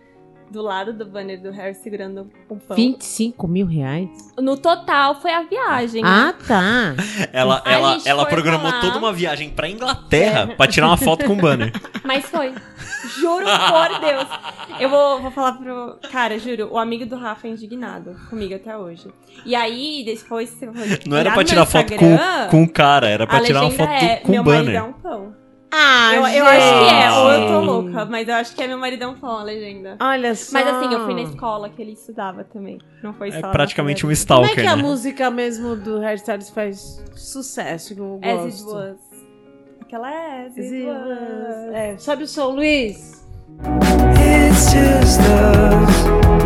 E: do lado do banner do Harry segurando um pão.
C: vinte e cinco mil reais?
E: No total foi a viagem.
C: Ah, tá.
A: Ela,
E: A
A: ela,
E: gente
A: ela
E: foi
A: programou
E: falar.
A: toda uma viagem pra Inglaterra pra tirar uma foto com o banner.
E: Mas foi. Juro por Deus. Eu vou, vou falar pro... Cara, juro, o amigo do Rafa é indignado comigo até hoje. E aí, depois você foi
A: Não era
E: olhar
A: pra
E: no
A: tirar
E: meu
A: foto com,
E: Instagram,
A: com o cara, era pra
E: a
A: tirar uma
E: legenda
A: foto do-
E: é,
A: com
E: meu
A: o
E: marido
A: banner.
E: é um pão.
C: Ah,
E: eu, eu acho que é, ou eu tô louca, mas eu acho que é meu marido é um pão, a legenda.
C: Olha só.
E: Mas assim, eu fui na escola que ele estudava também. Não foi só
A: É
E: na
A: praticamente um
E: cidade.
C: Como é
A: stalker,
C: que a
A: né?
C: música mesmo do Harry Styles faz sucesso, que eu
E: As it
C: gosto?
E: was. Aquela é, as
C: As
E: it
C: it
E: was.
C: was. É, sobe o som, Luiz.
F: It's just us.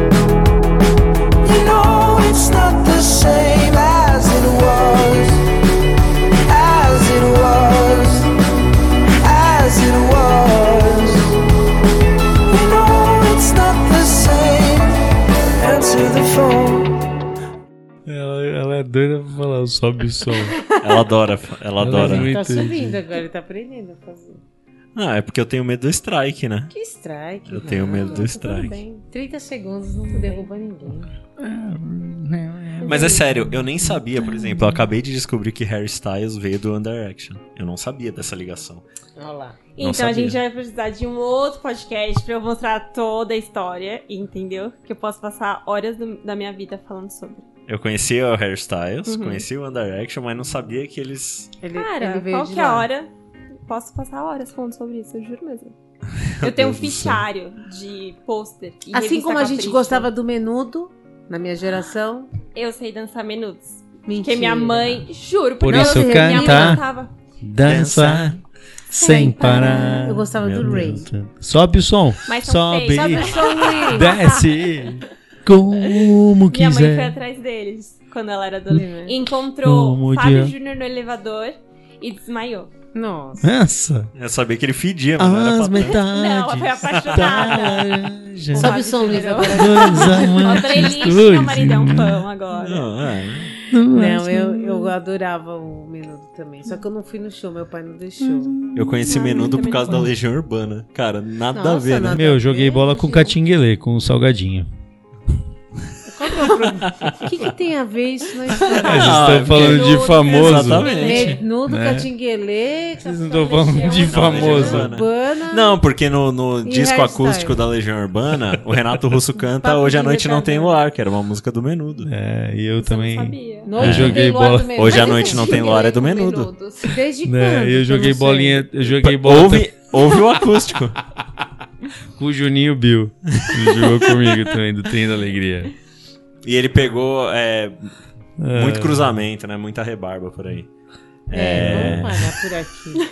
F: You know it's not the same as it was, as it was, as it was. You know it's not the same. Answer the phone.
D: Ela, ela é doida pra falar, sobe o som.
A: Ela adora, ela
D: Ela
A: adora.
D: é muito-
C: Tá subindo agora, ele tá aprendendo a fazer.
A: Ah, é porque eu tenho medo do strike, né?
C: Que strike.
A: Eu tenho medo do
C: Tudo
A: strike.
C: bem. trinta segundos não derruba ninguém.
A: Mas é sério, eu nem sabia, por exemplo, eu acabei de descobrir que Harry Styles veio do One Direction. Eu não sabia dessa ligação.
C: Olha lá.
A: Não
E: Então a
A: sabia.
E: gente vai precisar de um outro podcast pra eu mostrar toda a história, entendeu? Que eu posso passar horas do- da minha vida falando sobre.
A: Eu conhecia o Harry Styles,
E: Uhum.
A: conhecia o One Direction, mas não sabia que eles...
C: Ele,
E: Cara,
C: ele veio de
E: qualquer
C: lá.
E: hora, posso passar horas falando sobre isso, eu juro mesmo. Eu tenho um
A: Deus do céu.
E: fichário de pôster e
C: Assim
E: revista
C: como a gente
E: Capricho.
C: gostava do Menudo, na minha geração.
E: Eu sei dançar menudos.
C: Mentira.
E: Porque minha mãe, juro,
D: Por
E: porque
D: isso
C: Não,
E: minha mãe
D: canta,
E: gostava.
D: dança, sem parar.
C: Eu gostava
A: Meu
C: do Ray.
A: Deus.
D: Sobe o som,
E: Mas são
D: sobe,
E: feios.
C: Sobe o som, Luiz.
D: desce, como
E: Minha mãe foi
D: quiser.
E: atrás deles quando ela era adolescente. Encontrou
D: Como
E: Fábio
D: dia.
E: Júnior no elevador e desmaiou.
C: Nossa.
D: Nossa,
A: Eu sabia que ele fedia, mas não era
D: as
A: pra tanto.
D: metades
E: Não, foi apaixonada.
D: da laranja.
C: Sobe o som, Luiz, agora.
D: Dois
E: Ó,
D: amantes,
E: playlist,
D: dois
E: meu marido é um pão agora.
A: Não, é.
C: Não, eu, eu adorava o Menudo também. Só que eu não fui no show, meu pai não deixou.
A: Eu conheci
E: Não,
A: Menudo por
E: também
A: causa
E: não.
A: da Legião Urbana. Cara, nada a
C: Nossa,
A: ver, né?
C: nada.
D: Meu, eu joguei bola com catinguelê, com o salgadinho.
C: Qual que é o problema? O que, que tem a ver isso na história?
D: Vocês
A: Ah,
D: estão falando de
E: Menudo,
D: famoso.
A: exatamente.
C: Menudo,
D: né?
C: Catinguelê,
D: Vocês não estão falando de
A: Legião
D: famoso.
A: Urbana.
C: Urbana.
A: Não, porque no, no
C: E
A: disco
C: Harry
A: acústico
C: Styles?
A: da Legião Urbana, o Renato Russo canta
C: Papo
A: Hoje a
C: de
A: Noite Não Tem
C: retardado.
A: Luar, que era uma música do Menudo.
D: É, e eu
E: Você não
D: também.
E: sabia.
C: Noite
D: Eu joguei
C: tem luar
D: bola.
C: do Menudo.
A: Hoje à
C: Mas
A: noite
C: esse
A: não tem luar é do Menudo.
C: Desde quando?
D: Né,
C: que
D: eu joguei
C: não sei?
D: bolinha. Eu joguei bola
A: Ouve, ouve o acústico.
D: com o Juninho Bill. Ele jogou comigo também, do Trem da Alegria.
A: E ele pegou é, muito
D: Ah.
A: cruzamento, né? Muita rebarba por aí.
C: É, vamos parar por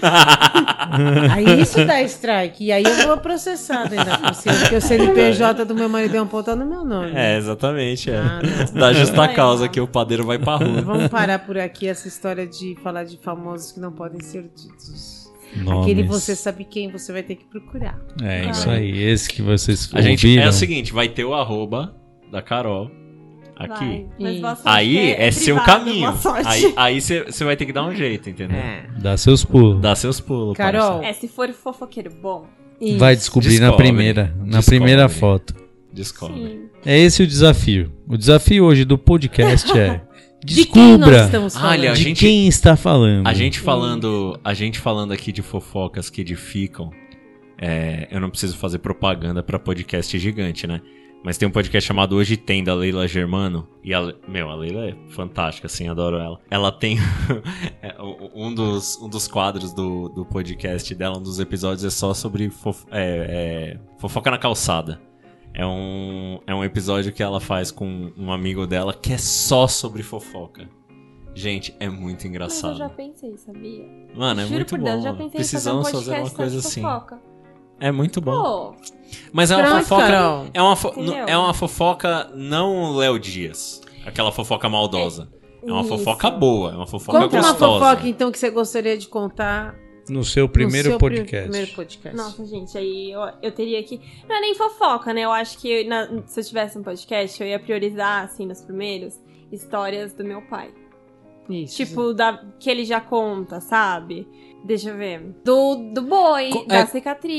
C: aqui. Aí isso dá strike. E aí eu vou processado ainda por cima, porque o C N P J do meu marido é um ponto no meu nome.
A: É, exatamente. É.
C: Ah, não.
A: Da justa
E: Vai,
A: causa
E: não.
A: que o padeiro vai pra rua.
C: Vamos parar por aqui essa história de falar de famosos que não podem ser ditos.
D: Nomes.
C: Aquele você sabe quem você vai ter que procurar.
D: É isso aí, esse que vocês
A: A gente
D: ouviram.
A: é o seguinte, vai ter o arroba da Carol aqui.
E: Vai, mas
C: Isso.
E: boa sorte,
A: Aí
E: que
A: é, seu
E: privado,
A: caminho.
E: boa sorte.
A: Aí aí você vai ter que dar um jeito, entendeu?
C: É.
D: Dá seus pulos.
A: Dá seus pulos,
C: Carol.
E: É, se for fofoqueiro bom.
C: Isso.
D: Vai descobrir na
A: Descobre.
D: primeira, na
A: Descobre.
D: primeira foto.
A: parça. Descobre.
E: Sim.
D: É esse o desafio. O desafio hoje do podcast é
C: De quem nós
D: descubra
C: estamos falando?
A: Olha, a
D: de
A: gente-
D: quem está falando.
A: A gente falando, a gente falando aqui de fofocas que edificam. é, eu não preciso fazer propaganda pra podcast gigante, né? Mas tem um podcast chamado Hoje Tem, da Leila Germano. E a, meu, a Leila é fantástica, assim, adoro ela. Ela tem é, um, dos, um dos quadros do, do podcast dela, um dos episódios é só sobre fof, é, é, fofoca na calçada. É um, é um episódio que ela faz com um amigo dela que é só sobre fofoca. Gente, é muito
E: Mas eu
A: engraçado.
E: já pensei, sabia?
A: Mano, é
E: Juro
A: muito
E: por
A: bom.
E: Deus, já pensei
A: Precisamos
E: em fazer, um
A: fazer uma
E: podcast
A: coisa
E: só de
A: assim.
E: fofoca.
A: É muito bom.
E: Pô,
A: Mas é uma
C: Pronto,
A: fofoca.
C: Carol.
A: É uma, fo-
E: Entendeu?
A: é uma fofoca não Léo Dias. Aquela fofoca maldosa. É, uma
E: isso.
A: fofoca boa, é uma fofoca
C: Conta uma
A: gostosa.
C: fofoca, então, que você gostaria de contar
D: No seu
C: no
D: primeiro
C: seu pri-
D: podcast.
C: primeiro podcast.
E: Nossa, gente, aí eu, eu teria que... Não é nem fofoca, né? Eu acho que na- se eu tivesse um podcast, eu ia priorizar, assim, nos primeiros, histórias do meu pai.
C: Isso.
E: Tipo, da, que ele já conta, sabe? Deixa eu ver. Do, do boi,
D: Co-
E: da
D: é-
E: cicatriz.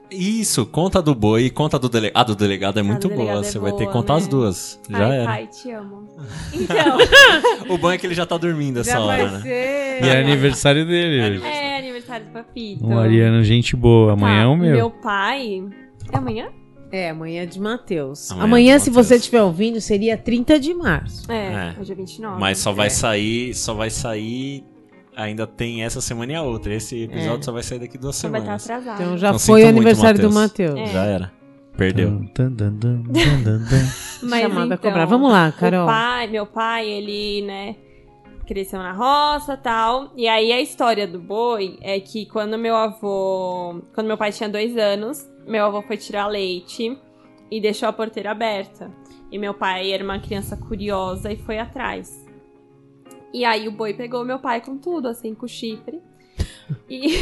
A: Isso, conta do boi e conta do delegado. A do delegado é muito
E: do
A: boa,
E: delegado é
A: você vai ter que
E: boa,
A: contar
E: né?
A: as duas. Já
E: Ai,
A: era.
E: pai, te amo. Então,
A: O bom é que ele já tá dormindo essa
C: Já
A: hora,
C: vai
A: né?
C: ser.
D: E é aniversário dele hoje.
E: é aniversário do Papito.
D: Um ariano, gente boa. Amanhã é o meu.
E: Meu pai... É amanhã?
C: É, amanhã é de Mateus.
A: Amanhã
C: Amanhã,
A: é de
C: se
A: Mateus.
C: você estiver ouvindo, seria trinta de março.
E: É,
A: É.
E: hoje é vinte e nove.
A: Mas só vai
C: É.
A: sair, só vai sair... Ainda tem essa semana e a outra. Esse episódio
C: É.
A: só vai sair daqui duas
E: Só vai estar
A: semanas.
E: atrasado.
C: Então já
A: Então,
C: foi o
A: sinto muito,
C: aniversário do
A: Mateus.
C: Mateus.
E: É.
A: Já era. Perdeu.
D: Dun, dun, dun, dun, dun, dun.
E: Mas
C: Chamada a
E: então,
C: cobrar. Vamos lá, Carol.
E: O pai, meu pai, ele, né, cresceu na roça e tal. E aí a história do boi é que quando meu avô... Quando meu pai tinha dois anos, meu avô foi tirar leite e deixou a porteira aberta. E meu pai era uma criança curiosa e foi atrás. E aí o boi pegou meu pai com tudo, assim, com o chifre. E...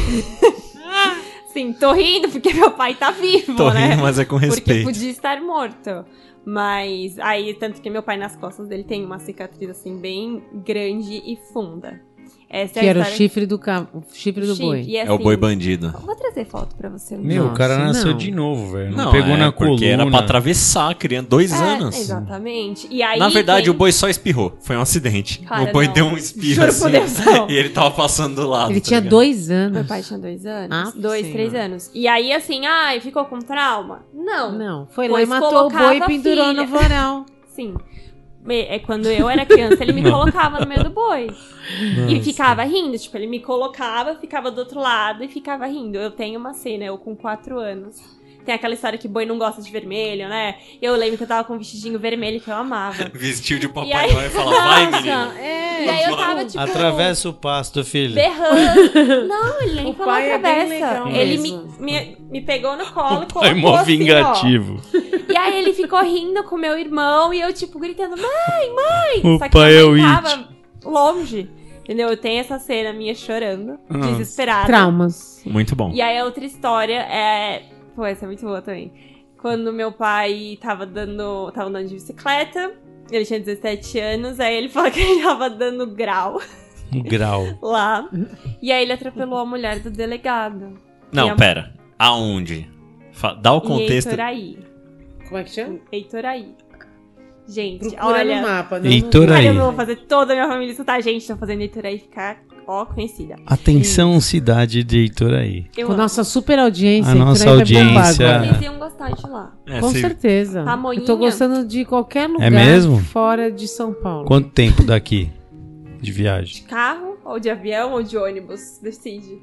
E: Sim, tô rindo porque meu pai tá vivo,
A: Tô
E: né?
A: rindo, mas é com
E: Porque
A: respeito.
E: podia estar morto. Mas aí, tanto que meu pai nas costas dele tem uma cicatriz assim bem grande e funda. Essa
C: Que
E: é a
C: era o
E: história-
C: chifre do, ca... o chifre do
E: Chifre.
C: boi.
E: E,
A: É o
E: assim,
A: boi bandido.
E: Vou trazer foto pra você.
D: Meu,
C: Nossa,
D: o cara nasceu
C: não.
D: de novo, velho. Não,
A: Não,
D: pegou
A: é,
D: na
A: porque
D: coluna.
A: era pra atravessar, criando dois
E: É,
A: anos.
E: Exatamente. E aí,
A: Na verdade,
E: quem-
A: o boi só espirrou. Foi um acidente.
E: Cara,
A: o boi
E: não.
A: deu um espirro
E: Juro
A: assim.
E: por Deus, não.
A: E ele tava passando do lado.
C: Ele
A: tá
C: tinha
A: ligado?
C: dois anos.
E: Meu pai tinha dois anos.
C: Ah,
E: dois,
C: senhora.
E: três anos. E aí, assim, ai, ficou com trauma? Não.
C: Não, foi
E: Pois
C: lá e matou o
E: colocava
C: boi e
E: a
C: pendurou
E: filha.
C: no varal.
E: Sim. Me- É quando eu era criança, ele me
D: Não.
E: colocava no meio do boi. E
D: Nossa.
E: ficava rindo. Tipo, ele me colocava, ficava do outro lado e ficava rindo. Eu tenho uma cena, eu com quatro anos. Tem aquela história que boi não gosta de vermelho, né? Eu lembro que eu tava com um vestidinho vermelho que eu amava.
A: Vestiu de
E: E
A: Papai
E: aí-
A: Noel e fala, vai, menino.
C: É.
E: E aí eu tava, tipo...
D: Atravessa o pasto, filho.
E: Berrando. Não, ele nem
C: O
E: falou
C: pai é bem
E: atravessa.
C: legal
E: ele me,
C: mesmo.
E: me, me pegou no colo e colocou
D: Pai mó
E: assim, ó.
D: vingativo.
E: E aí ele ficou rindo com meu irmão e eu, tipo, gritando, mãe, mãe!
D: O
E: Só que
D: pai
E: minha
D: é o
E: mãe
D: It.
E: tava longe. Entendeu? Eu tenho essa cena minha chorando,
D: Nossa.
E: desesperada.
C: Traumas.
A: Muito bom.
E: E aí a outra história é... Pô, essa é muito boa também. Quando meu pai tava dando... Tava andando de bicicleta, ele tinha dezessete anos, aí ele falou que ele tava dando grau
D: Um grau.
E: lá. E aí ele atropelou a mulher do delegado. E
A: Não,
E: a-
A: pera. Aonde? Fa- Dá o
E: Em
A: contexto.
E: Heitoraí.
C: Como é que chama?
E: Heitoraí. Gente,
C: Procura
E: olha...
C: no mapa. Não,
D: Heitoraí.
E: Olha, eu vou fazer toda a minha família escutar. Gente, tô fazendo Heitoraí ficar, ó, conhecida.
D: Atenção, cidade de Heitoraí.
E: Eu
C: Com
E: amo.
C: nossa super audiência.
D: A nossa
C: Heitoraí vai bombar
D: audiência-
C: agora.
E: Vocês iam gostar de lá.
A: É,
C: Com
A: cê-
C: certeza.
E: Pamonhinha.
C: Eu tô gostando de qualquer lugar
D: mesmo?
C: fora de São Paulo.
D: Quanto tempo daqui de viagem?
E: De carro, ou de avião, ou de ônibus. Decide.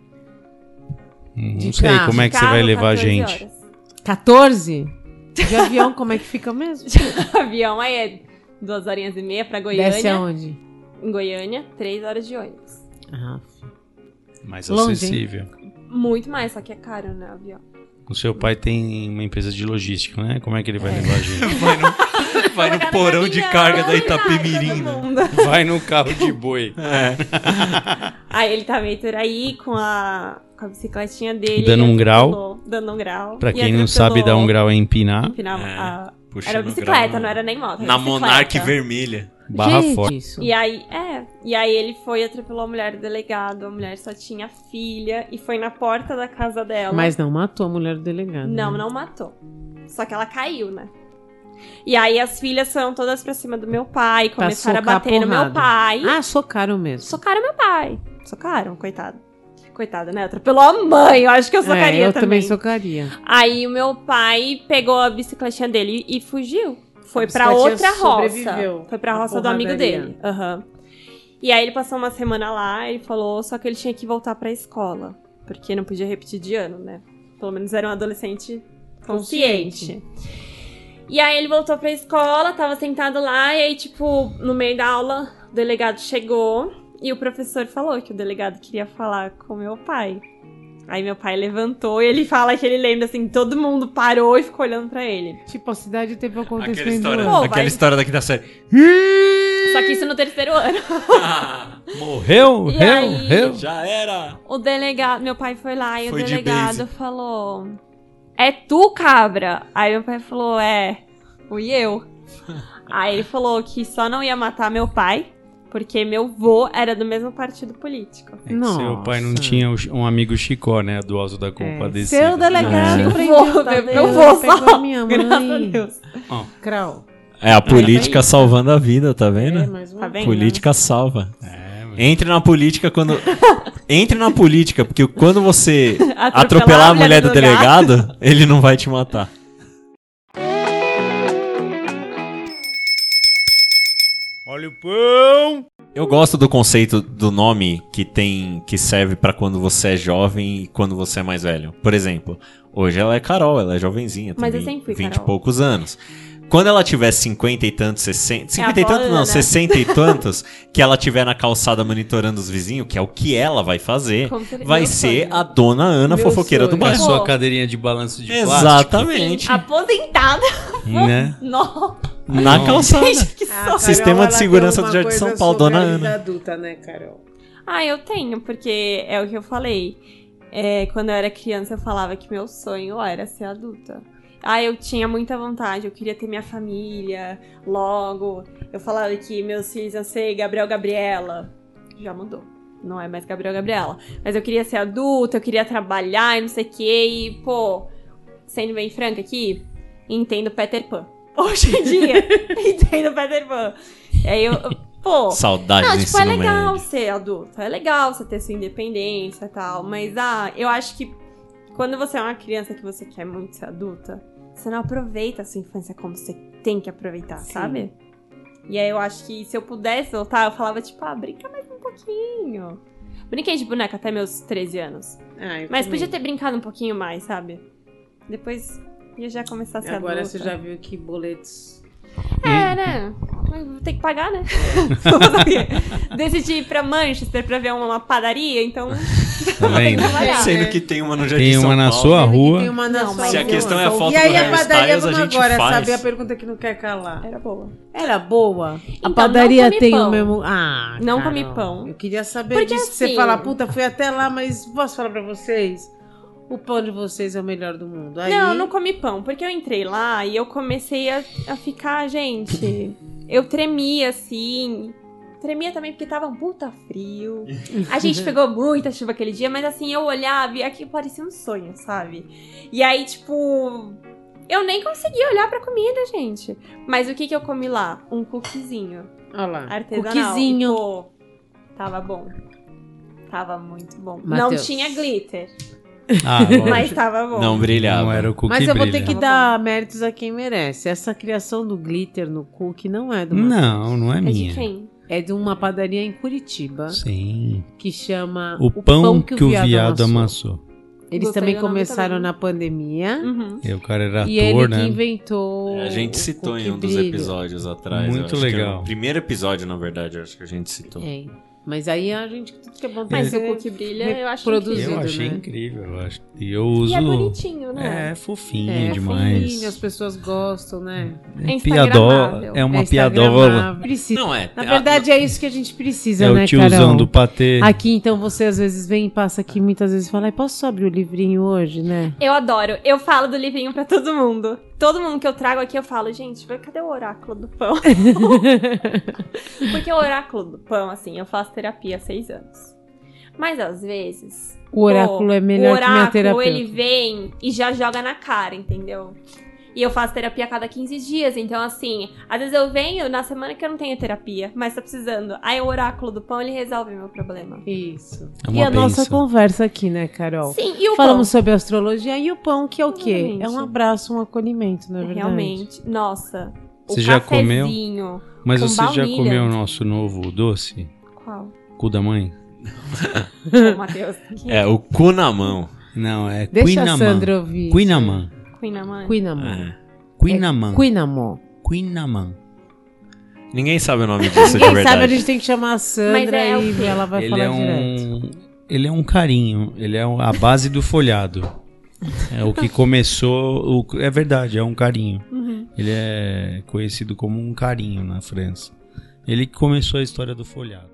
D: Hum,
C: De
D: Não sei
C: carro.
D: como é que você
E: Carro,
D: vai levar a
E: quatorze
D: gente.
E: horas.
C: quatorze? De avião, como é que fica mesmo?
E: Avião aí é duas horinhas e meia pra Goiânia.
C: Desce aonde?
E: Em Goiânia, três horas de ônibus.
C: Ah,
D: Mais
C: Longe, hein?
D: acessível.
E: Muito mais, só que é caro, né, avião.
D: O seu pai tem uma empresa de logística, né? Como é que ele vai levar a gente?
A: Vai no, vai no porão de carga da Itapemirim, né?
D: Vai no carro de boi.
A: É.
E: Aí ele tava em Heitoraí com a, com a bicicletinha dele.
D: Dando
E: ele
D: um grau.
E: atropelou- Dando um grau.
D: Pra
E: E
D: quem não
E: atropelou-
D: sabe, dar um grau é empinar.
E: Empinava
A: É,
E: a-
A: puxando
E: Era bicicleta,
A: grau
E: não era nem moto. era
A: Na
E: bicicleta.
A: Monark vermelha.
D: Barra
C: gente,
D: forte.
C: isso.
E: E aí, é. E aí ele foi e atropelou a mulher do delegado. A mulher só tinha filha e foi na porta da casa dela.
C: Mas não matou a mulher do delegado.
E: Não,
C: né?
E: não matou. Só que ela caiu, né? E aí as filhas foram todas pra cima do meu pai,
C: Pra
E: começaram a
C: socar
E: bater no meu
C: porrada.
E: pai.
C: Ah, socaram mesmo.
E: Socaram meu pai. Socaram, coitado. Coitada, né? Atropelou a mãe. Eu acho que eu socaria
C: é, eu
E: também.
C: também socaria.
E: Aí o meu pai pegou a bicicletinha dele e fugiu. Foi
C: A
E: pra
C: bicicletinha
E: outra roça.
C: sobreviveu
E: Foi pra
C: à
E: roça do amigo
C: porradaria.
E: dele. Aham. E aí ele passou uma semana lá e falou só que ele tinha que voltar pra escola. Porque não podia repetir de ano, né? Pelo menos era um adolescente consciente. E aí ele voltou pra escola, tava sentado lá, e aí, tipo, no meio da aula, o delegado chegou e o professor falou que o delegado queria falar com meu pai. Aí meu pai levantou e ele fala que ele lembra, assim, todo mundo parou e ficou olhando pra ele.
C: Tipo, a cidade teve um
A: Aquela
C: acontecimento.
A: história,
E: Pô,
A: aquela
E: vai-
A: história daqui da série.
E: Só que isso no terceiro ano.
D: Morreu?
E: E
D: Morreu?
E: aí-
D: Morreu?
A: Já era.
E: O delegado, meu pai foi lá e
A: Foi
E: o
A: de
E: delegado
A: base.
E: falou: é tu, cabra? Aí meu pai falou: é, fui eu. Aí ele falou que só não ia matar meu pai, Porque meu vô era do mesmo partido político.
D: É que seu pai não tinha um amigo Chicó, né? Do Alto da Compadecida.
C: Seu delegado
E: É.
C: aprendeu, tá
E: Meu
C: vendo?
E: vô, meu vô
C: Pegou
E: só.
C: a minha mãe.
E: Graças a Deus.
D: Ó,
C: Crau.
A: É a política salvando a vida, tá
C: É,
A: vendo?
C: mais uma
E: Tá vendo?
A: Política salva.
D: é, mas...
A: Entre na política quando. Entre na política, porque quando você
E: Atropelar
A: atropelar a mulher do
E: do gato.
A: delegado, ele não vai te matar.
D: Olha o pão!
A: Eu gosto do conceito do nome que tem que serve pra quando você é jovem e quando você é mais velho. Por exemplo, hoje ela é Carol, ela é jovenzinha, tem
E: Mas eu sempre fui
A: vinte e
E: Carol.
A: poucos anos. Quando ela tiver cinquenta e tantos, sessenta... cinquenta e
E: avó
A: tantos não,
E: Ana.
A: sessenta e tantos, que ela tiver na calçada monitorando os vizinhos, que é o que ela vai fazer,
E: Com certeza.
A: vai
E: Meu
A: ser
E: sonho.
A: a dona Ana
C: Meu
A: fofoqueira do
C: sonho.
D: Com a
A: bairro.
D: sua
E: Pô.
D: cadeirinha de balanço de plástico.
A: Exatamente.
E: Aposentada.
D: Né?
E: Nossa.
A: Na
D: Não.
A: calçada.
E: Que
C: Ah,
A: Sistema
C: Carol,
A: de
C: ela
A: segurança
C: tem
A: do
C: uma
A: Jardim
C: coisa
A: São Paulo,
C: sobre
A: dona
C: a vida
A: Ana.
C: adulta, né, Carol?
E: Ah, eu tenho, porque é o que eu falei. É, quando eu era criança, eu falava que meu sonho era ser adulta. Ah, eu tinha muita vontade, eu queria ter minha família logo. Eu falava que meus filhos iam ser Gabriel Gabriela. Já mudou. Não é mais Gabriel Gabriela. Mas eu queria ser adulta, eu queria trabalhar e não sei o quê. E, pô, sendo bem franca aqui, entendo Peter Pan. Hoje em dia, entendo Peter Pan. Aí eu, pô...
A: Saudades
E: Não,
A: do
E: tipo, é
A: ensino
E: legal
A: médio.
E: ser adulto, é legal você ter sua independência e tal, mas, ah, eu acho que quando você é uma criança que você quer muito ser adulta, você não aproveita a sua infância como você tem que aproveitar,
C: Sim.
E: sabe? E aí eu acho que se eu pudesse voltar, eu falava, tipo, ah, brinca mais um pouquinho. Brinquei de boneca até meus treze anos,
C: Ah, eu
E: mas
C: também.
E: podia ter brincado um pouquinho mais, sabe? Depois ia já começar a ser
C: Agora
E: adulta.
C: você já viu que boletos...
E: É, né? Mas vou ter que pagar, né? Vou fazer o quê? Decidi ir pra Manchester pra ver uma padaria, então...
D: Tá vendo?
E: trabalhar.
A: Sendo que tem uma no Jardim
D: Tem
A: São
D: uma na
A: Paulo.
D: sua
C: Teve que
D: rua.
C: tem uma na
E: Não,
C: sua
E: mas
A: Se a
C: rua.
A: questão é a foto
C: E aí
A: do
C: a
A: hairstyles,
C: padaria,
A: a
C: vamos
A: gente
C: agora
A: faz.
C: saber a pergunta que não quer calar.
E: Era boa.
C: Era boa?
E: Então,
C: a padaria
E: não comi
C: tem
E: pão.
C: o mesmo... Ah,
E: Não
C: Carol,
E: comi pão.
C: Eu queria saber
E: Porque
C: disso. Você
E: assim-
C: fala, puta, fui até lá, mas posso falar pra vocês? O pão de vocês é o melhor do mundo. Aí...
E: Não, eu não comi pão, porque eu entrei lá e eu comecei a, a ficar, gente... Eu tremia, assim... Tremia também porque tava um puta frio. A gente pegou muita chuva aquele dia, mas assim, eu olhava e aqui parecia um sonho, sabe? E aí, tipo... Eu nem conseguia olhar pra comida, gente. Mas o que que eu comi lá? Um cookiezinho
C: Olha lá.
E: artesanal.
C: Cookiezinho.
E: E, pô, tava bom. Tava muito bom. Não
C: Mateus.
E: tinha glitter,
D: Ah, lógico.
E: mas tava bom.
A: Não brilhava.
D: Não era o cookie
C: Mas eu vou ter
D: brilha.
C: que
E: Tava
C: dar méritos a quem merece. Essa criação do glitter no cookie não é do Matheus.
D: Não, não é
E: É de
D: minha.
E: quem?
C: É de uma padaria em Curitiba
D: Sim.
C: que chama
D: O pão, que, o viado amassou.
C: Eles
E: Gostei
C: também
E: do nome
C: começaram
E: também.
C: na pandemia.
E: Uhum.
D: E o cara era
C: E
D: ator,
C: ele
D: né?
C: que inventou.
A: É, a gente
C: o
A: citou em
C: cookie
A: um dos
C: brilho.
A: episódios atrás. eu
D: Muito
A: acho que
D: legal.
A: era o primeiro episódio, na verdade, eu acho que a gente citou.
C: É. Mas aí a gente, tudo que é bom tem
E: Mas
C: que
E: se o
C: ser
E: cookie brilha, eu acho
C: reproduzido,
D: Eu
E: incrível.
D: achei
C: né?
D: incrível, eu acho. E eu uso.
E: E é bonitinho, né?
D: É fofinho
C: É,
D: demais.
C: fofinho, as pessoas gostam, né?
E: É
D: É piadola.
E: instagramável.
D: É uma
C: É
D: piadola.
C: instagramável. Precisa.
A: Não é.
C: Na verdade, é isso que a gente precisa,
D: É
C: né,
D: o tiozão
C: Carol?
D: do patê.
C: Aqui, então, você às vezes vem e passa aqui muitas vezes e fala, "Ai, posso só abrir o livrinho hoje, né?
E: Eu adoro. Eu falo do livrinho pra todo mundo. Todo mundo que eu trago aqui, eu falo, gente, cadê o oráculo do pão? Porque o oráculo do pão, assim, eu faço terapia há seis anos. Mas às vezes...
C: O oráculo
E: pô,
C: é melhor
E: o
C: que minha
E: oráculo,
C: terapeuta.
E: ele vem e já joga na cara, entendeu? E eu faço terapia a cada quinze dias, então assim, às vezes eu venho na semana que eu não tenho terapia, mas tô precisando. Aí o oráculo do pão, ele resolve meu problema.
C: Isso.
D: É
C: E
D: uma
C: a nossa
D: benção.
C: conversa aqui, né, Carol?
E: Sim, e o
C: Falamos
E: pão?
C: sobre astrologia e o pão, que é o quê?
E: Exatamente.
C: É um abraço, um acolhimento, na verdade.
E: Realmente. Nossa. O
D: Você já comeu?
E: cafezinho
D: Mas
E: com
D: você já
E: baunilha.
D: comeu o nosso novo doce?
E: Qual?
D: Cu da mãe?
E: Ô, Matheus. Que
A: É, o cu na mão.
D: Não, é
C: Deixa a
D: Quinaman.
C: Sandra ouvir.
D: Quinaman.
E: Queen na mãe.
C: Quinaman.
A: É.
D: Quinaman.
C: Quinaman.
D: Quinaman.
A: Ninguém sabe o nome disso de
C: Quem
A: verdade.
C: sabe a gente tem que chamar a Sandra
E: Mas é o
C: e
E: quê?
C: ela vai
D: Ele
C: falar
D: é
C: direto.
D: um... Ele é um carinho. Ele é a base do folhado. É o que começou... O... É verdade, é um carinho.
E: Uhum.
D: Ele é conhecido como um carinho na França. Ele que começou a história do folhado.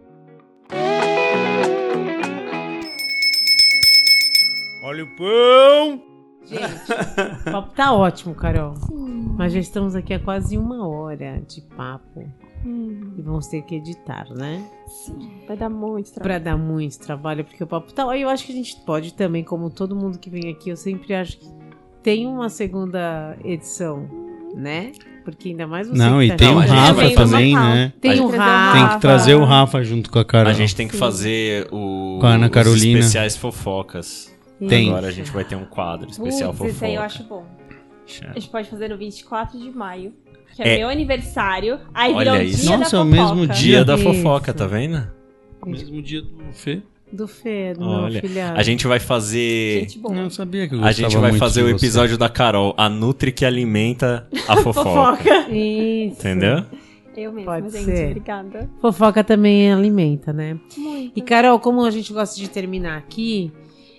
D: Olha o pão!
C: Gente, o papo tá ótimo, Carol. Mas já estamos aqui há quase uma hora de papo.
G: Hum,
C: E vamos ter que editar, né?
G: sim, vai dar muito
C: Pra
G: trabalho.
C: dar muito trabalho, porque o papo tá. Eu acho que a gente pode também, como todo mundo que vem aqui, eu sempre acho que tem uma segunda edição, né? Porque ainda mais você.
D: Não,
C: que
D: e
C: tá
D: tem o
A: Não, a
C: chegando.
A: gente
D: Rafa
A: vai
G: fazer-
D: também, né?
C: Tem
A: A
C: o
G: gente-
C: Rafa.
D: Tem que trazer o Rafa junto com a Carol.
A: A gente tem que
G: Sim.
A: fazer o,
D: Com a Ana
A: os
D: Carolina.
A: especiais fofocas.
D: Tem.
A: Agora a gente vai ter um quadro especial
G: Putz,
A: fofoca.
G: esse aí eu acho bom.
A: Xa-
G: A gente pode fazer no vinte e quatro de maio, que é,
A: É.
G: meu aniversário. Aí
A: Olha
G: virou o
A: isso.
G: dia
D: Nossa,
G: da
D: é o mesmo
G: fofoca.
D: dia.
A: Dia da
C: Isso.
A: fofoca, tá vendo?
D: Mesmo dia do Fê.
C: Do Fê, do
A: Olha,
C: meu filhado.
A: a gente vai fazer.
G: Gente boa.
D: Não sabia que eu
A: A
D: gostava
A: gente vai
D: muito
A: fazer
D: de
A: o
D: você.
A: episódio da Carol, a Nutri que alimenta a fofoca.
G: Fofoca.
C: Isso.
A: Entendeu?
G: Eu mesma,
C: Pode
G: gente.
C: ser.
G: Obrigada.
C: Fofoca também alimenta, né?
G: Muito.
C: E Carol, como a gente gosta de terminar aqui,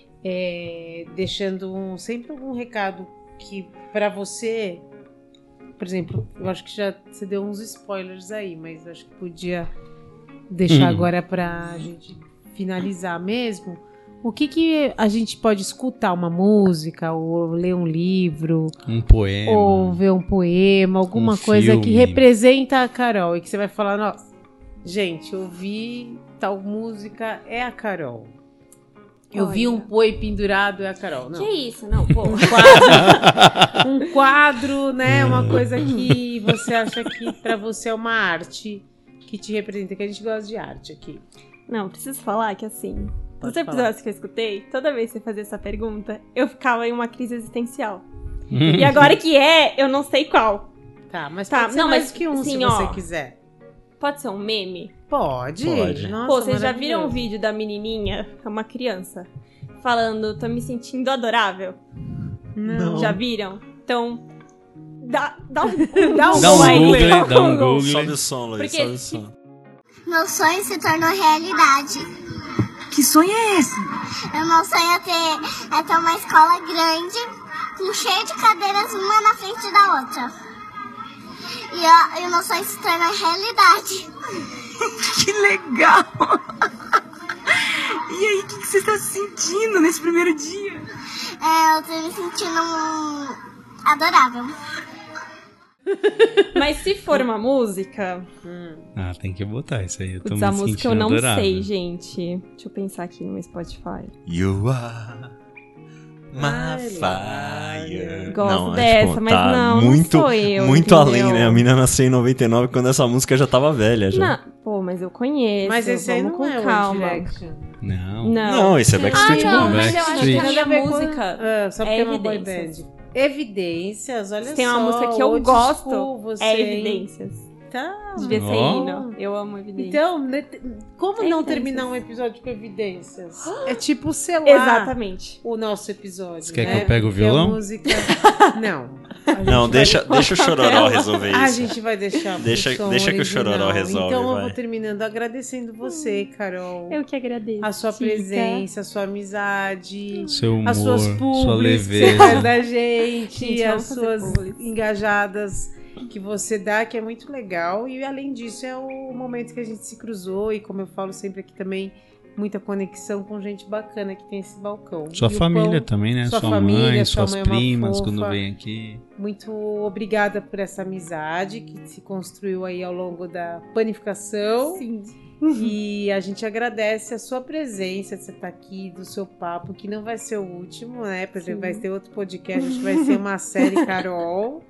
C: é, deixando um- sempre algum recado que pra você, por exemplo, eu acho que já você deu uns spoilers aí, mas eu acho que podia deixar
D: Hum.
C: agora pra gente finalizar mesmo. O que que a gente pode escutar uma música ou ler um livro
D: Um poema.
C: ou ver um poema, alguma
D: Um
C: coisa que
D: filme.
C: representa a Carol e que você vai falar, nossa, gente, eu vi tal música, é a Carol. Eu vi
G: Olha.
C: um boi pendurado, é a Carol. Não.
G: Que isso? Não, pô.
C: Um quadro, um quadro, né? Uma coisa que você acha que pra você é uma arte que te representa, que a gente gosta de arte aqui.
G: Não, preciso falar que assim,
C: Pode
G: nos episódios que eu escutei, toda vez que você fazia essa pergunta, eu ficava em uma crise existencial. E agora que é, eu não sei qual.
C: Tá, mas
G: Tá,
C: pode ser
G: não,
C: mais
G: mas,
C: que um,
G: assim,
C: se você
G: ó.
C: quiser.
G: Pode ser um meme?
C: Pode.
A: Pode.
C: Nossa,
G: Pô, vocês já viram o
C: maravilhoso.
G: vídeo da menininha, que é uma criança, falando, tô me sentindo adorável?
C: Não.
G: Já viram? Então, dá, dá um,
C: Dá um
D: Dá um
G: aí,
D: Google,
G: dá
D: dá um Google.
A: Sobe o som, Luiz,
G: Porque
A: sobe o
G: se-
A: som.
H: Meu sonho se tornou realidade.
I: Que sonho é esse?
H: O meu sonho é ter, é ter uma escola grande, com cheio de cadeiras, uma na frente da outra. E, a- e o meu sonho se tornou realidade.
I: Que legal! E aí, o que, que você está sentindo nesse primeiro dia?
H: É, eu tô me sentindo um, adorável.
G: Mas se for uma música,
D: Ah, tem que botar isso aí. Eu tô
G: putz,
D: me
G: a música eu
D: sentindo
G: não
D: adorável.
G: sei, gente. Deixa eu pensar aqui no meu Spotify.
A: You are my
C: Ai,
A: fire.
G: Gosto
A: Não, é,
G: dessa,
A: tipo,
G: mas
A: tá
G: não,
A: muito,
G: não sou eu,
A: muito
G: entendeu?
A: além, né? A mina nasceu em noventa e nove quando essa música já tava velha. Já.
G: Não, pô, mas eu conheço.
C: Mas esse aí
G: vamos
C: não
G: com
C: é
G: calma.
C: One Direction.
D: Não.
G: Não.
A: Não, esse é Backstreet
G: Ah, não,
A: Boys.
G: mas eu acho que
D: Backstreet.
G: a minha
C: Nada a ver com-
G: música
C: Ah, só porque
G: é
C: é uma boy
G: Evidências.
C: band. Evidências, olha
G: Tem
C: só.
G: uma música que eu
C: old
G: gosto,
C: school você,
G: é
C: hein?
G: Evidências.
C: Tá.
G: Devia ser
D: Ó.
G: hino. Eu amo Evidências.
C: Então, né, te- como
G: É
C: não
G: evidências.
C: terminar um episódio com evidências? É tipo selar
G: Exatamente.
C: o nosso episódio.
D: Você quer
C: né?
D: que eu pegue o
C: Porque a
D: violão?
C: música... Não. A gente
A: Não,
C: vai-
A: deixa, deixa o Chororó resolver
C: A
A: isso.
C: gente vai deixar pro
A: Deixa-
C: som
A: deixa que o
C: original.
A: Chororó resolve,
C: Então eu
A: vai.
C: vou terminando agradecendo você, Carol.
G: Eu que agradeço.
C: A sua
G: Tica.
C: presença, a sua amizade,
D: Seu humor,
C: as suas
D: sua
C: publis que você
D: leveza.
C: faz da gente,
G: Gente,
C: as
G: vamos fazer
C: suas
G: publis.
C: engajadas que você dá, que é muito legal. E além disso, é o momento que a gente se cruzou e, como eu falo sempre aqui também, muita conexão com gente bacana que tem esse balcão.
D: Sua
C: E o
D: família
C: pão-
D: também, né?
C: sua
D: Sua,
C: família,
D: mãe,
C: sua
D: suas
C: mãe é uma
D: primas,
C: fofa.
D: quando vem aqui.
C: Muito obrigada por essa amizade que se construiu aí ao longo da panificação.
G: Sim.
C: E a gente agradece a sua presença, de você estar aqui, do seu papo, que não vai ser o último, né? Porque
G: Sim.
C: vai ter outro podcast, a gente vai ser uma série Carol.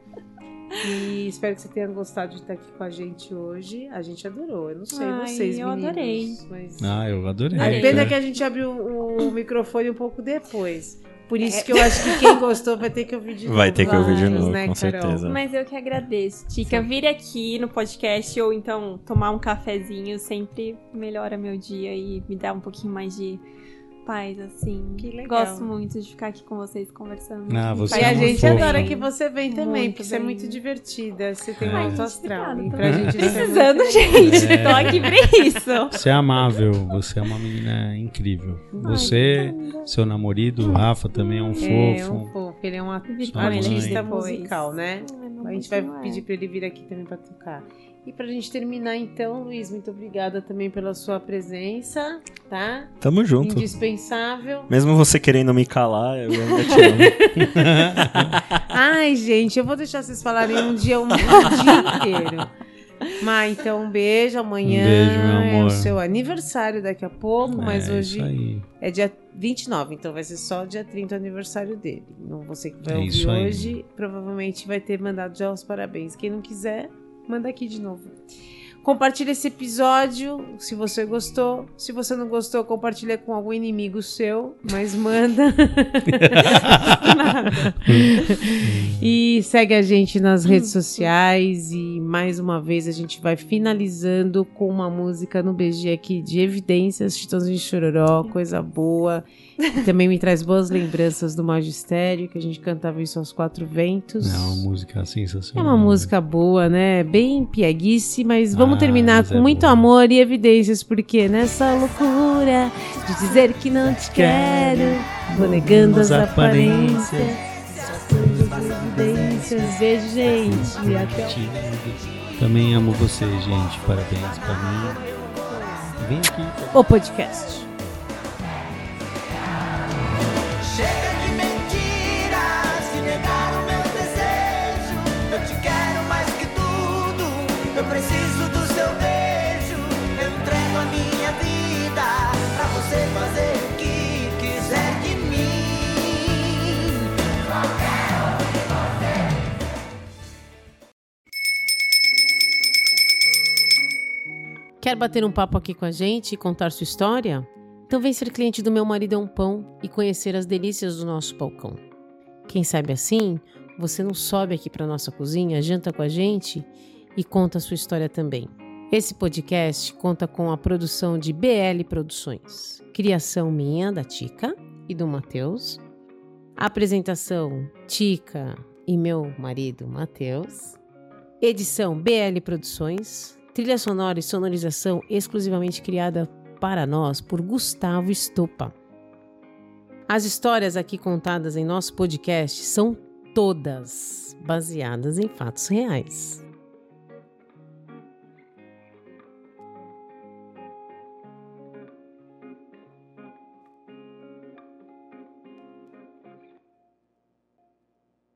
C: E espero que você tenha gostado de estar aqui com a gente hoje. A gente adorou. Eu não sei
G: Ai,
C: vocês,
G: eu
C: meninos,
G: adorei.
C: Mas...
D: Ah, eu adorei.
C: A
G: Adorei.
C: pena
D: cara.
C: é que a gente abriu o, o microfone um pouco depois. Por isso que eu acho que quem gostou vai ter que ouvir de novo.
A: Vai ter que ouvir de
C: vários,
A: novo,
C: né,
A: com
C: Carol?
A: certeza.
G: Mas eu que agradeço, Tica. Vir aqui no podcast ou então tomar um cafezinho sempre melhora meu dia e me dá um pouquinho mais de paz, assim.
C: Que legal.
G: Gosto muito de ficar aqui com vocês conversando.
D: Ah,
G: Me
D: você
G: faz
C: E a
D: é uma
G: muito
C: gente
D: fofa.
G: bem.
C: adora que você vem também,
G: Muito
C: porque você é
G: bem.
C: muito divertida. Você tem um
D: Ai,
C: alto
G: gente,
C: astral.
G: obrigada.
C: E pra gente isso é
G: Precisando,
C: muito-
G: gente.
D: É.
G: Tô aqui pra isso.
D: Você é amável, você é uma menina incrível. Você, seu namorado, o Rafa também é um
C: É,
D: fofo.
C: um fofo. Ele é um
G: Vi
D: Sua mãe.
C: artista
G: depois.
C: musical, né?
G: Ai, não
C: A gente
G: vou
C: vai
G: continuar.
C: pedir pra ele vir aqui também pra tocar. E pra gente terminar, então, Luiz, muito obrigada também pela sua presença, tá?
A: Tamo junto.
C: Indispensável.
A: Mesmo você querendo me calar, eu ainda te amo.
C: Ai, gente, eu vou deixar vocês falarem um dia, um, um dia inteiro. Mas então um beijo, amanhã
D: Um beijo, meu
C: é o
D: amor.
C: seu aniversário daqui a pouco, mas
D: É,
C: hoje
D: isso aí.
C: é dia vinte e nove, então vai ser só dia trinta o aniversário dele. Não você que vai
D: É
C: ouvir
D: isso aí.
C: hoje, provavelmente vai ter mandado já os parabéns. Quem não quiser, manda aqui de novo. Compartilha esse episódio se você gostou. Se você não gostou, compartilha com algum inimigo seu, mas manda. Nada. E segue a gente nas redes sociais. E mais uma vez a gente vai finalizando com uma música no B G aqui de Evidências, Chitãozinho de Chororó, coisa boa. E também me traz boas lembranças do Magistério, que a gente cantava isso aos quatro ventos.
D: É uma música
C: É
D: sensacional.
C: uma música boa, né? Bem pieguice, mas vamos
D: Ah,
C: terminar
D: mas
C: com
D: é
C: muito
D: boa.
C: amor e evidências, porque nessa loucura de dizer que não te quero, vou negando as aparências, só coisas de evidências. Beijo, gente. Até o
D: Também amo você, gente. Parabéns pra mim. Vem aqui.
C: o podcast.
F: Chega de mentiras, de negar o meu desejo. Eu te quero mais que tudo. Eu preciso do seu beijo. Eu entrego a minha vida pra você fazer o que quiser de mim.
C: Quer bater um papo aqui com a gente e contar sua história? Então vem ser cliente do Meu Marido é um Pão e conhecer as delícias do nosso balcão. Quem sabe assim, você não sobe aqui para nossa cozinha, janta com a gente e conta a sua história também. Esse podcast conta com a produção de B L Produções, criação minha, da Tica e do Matheus, apresentação Tica e meu marido Matheus, edição B L Produções, trilha sonora e sonorização exclusivamente criada para nós por Gustavo Estopa. As histórias aqui contadas em nosso podcast são todas baseadas em fatos reais.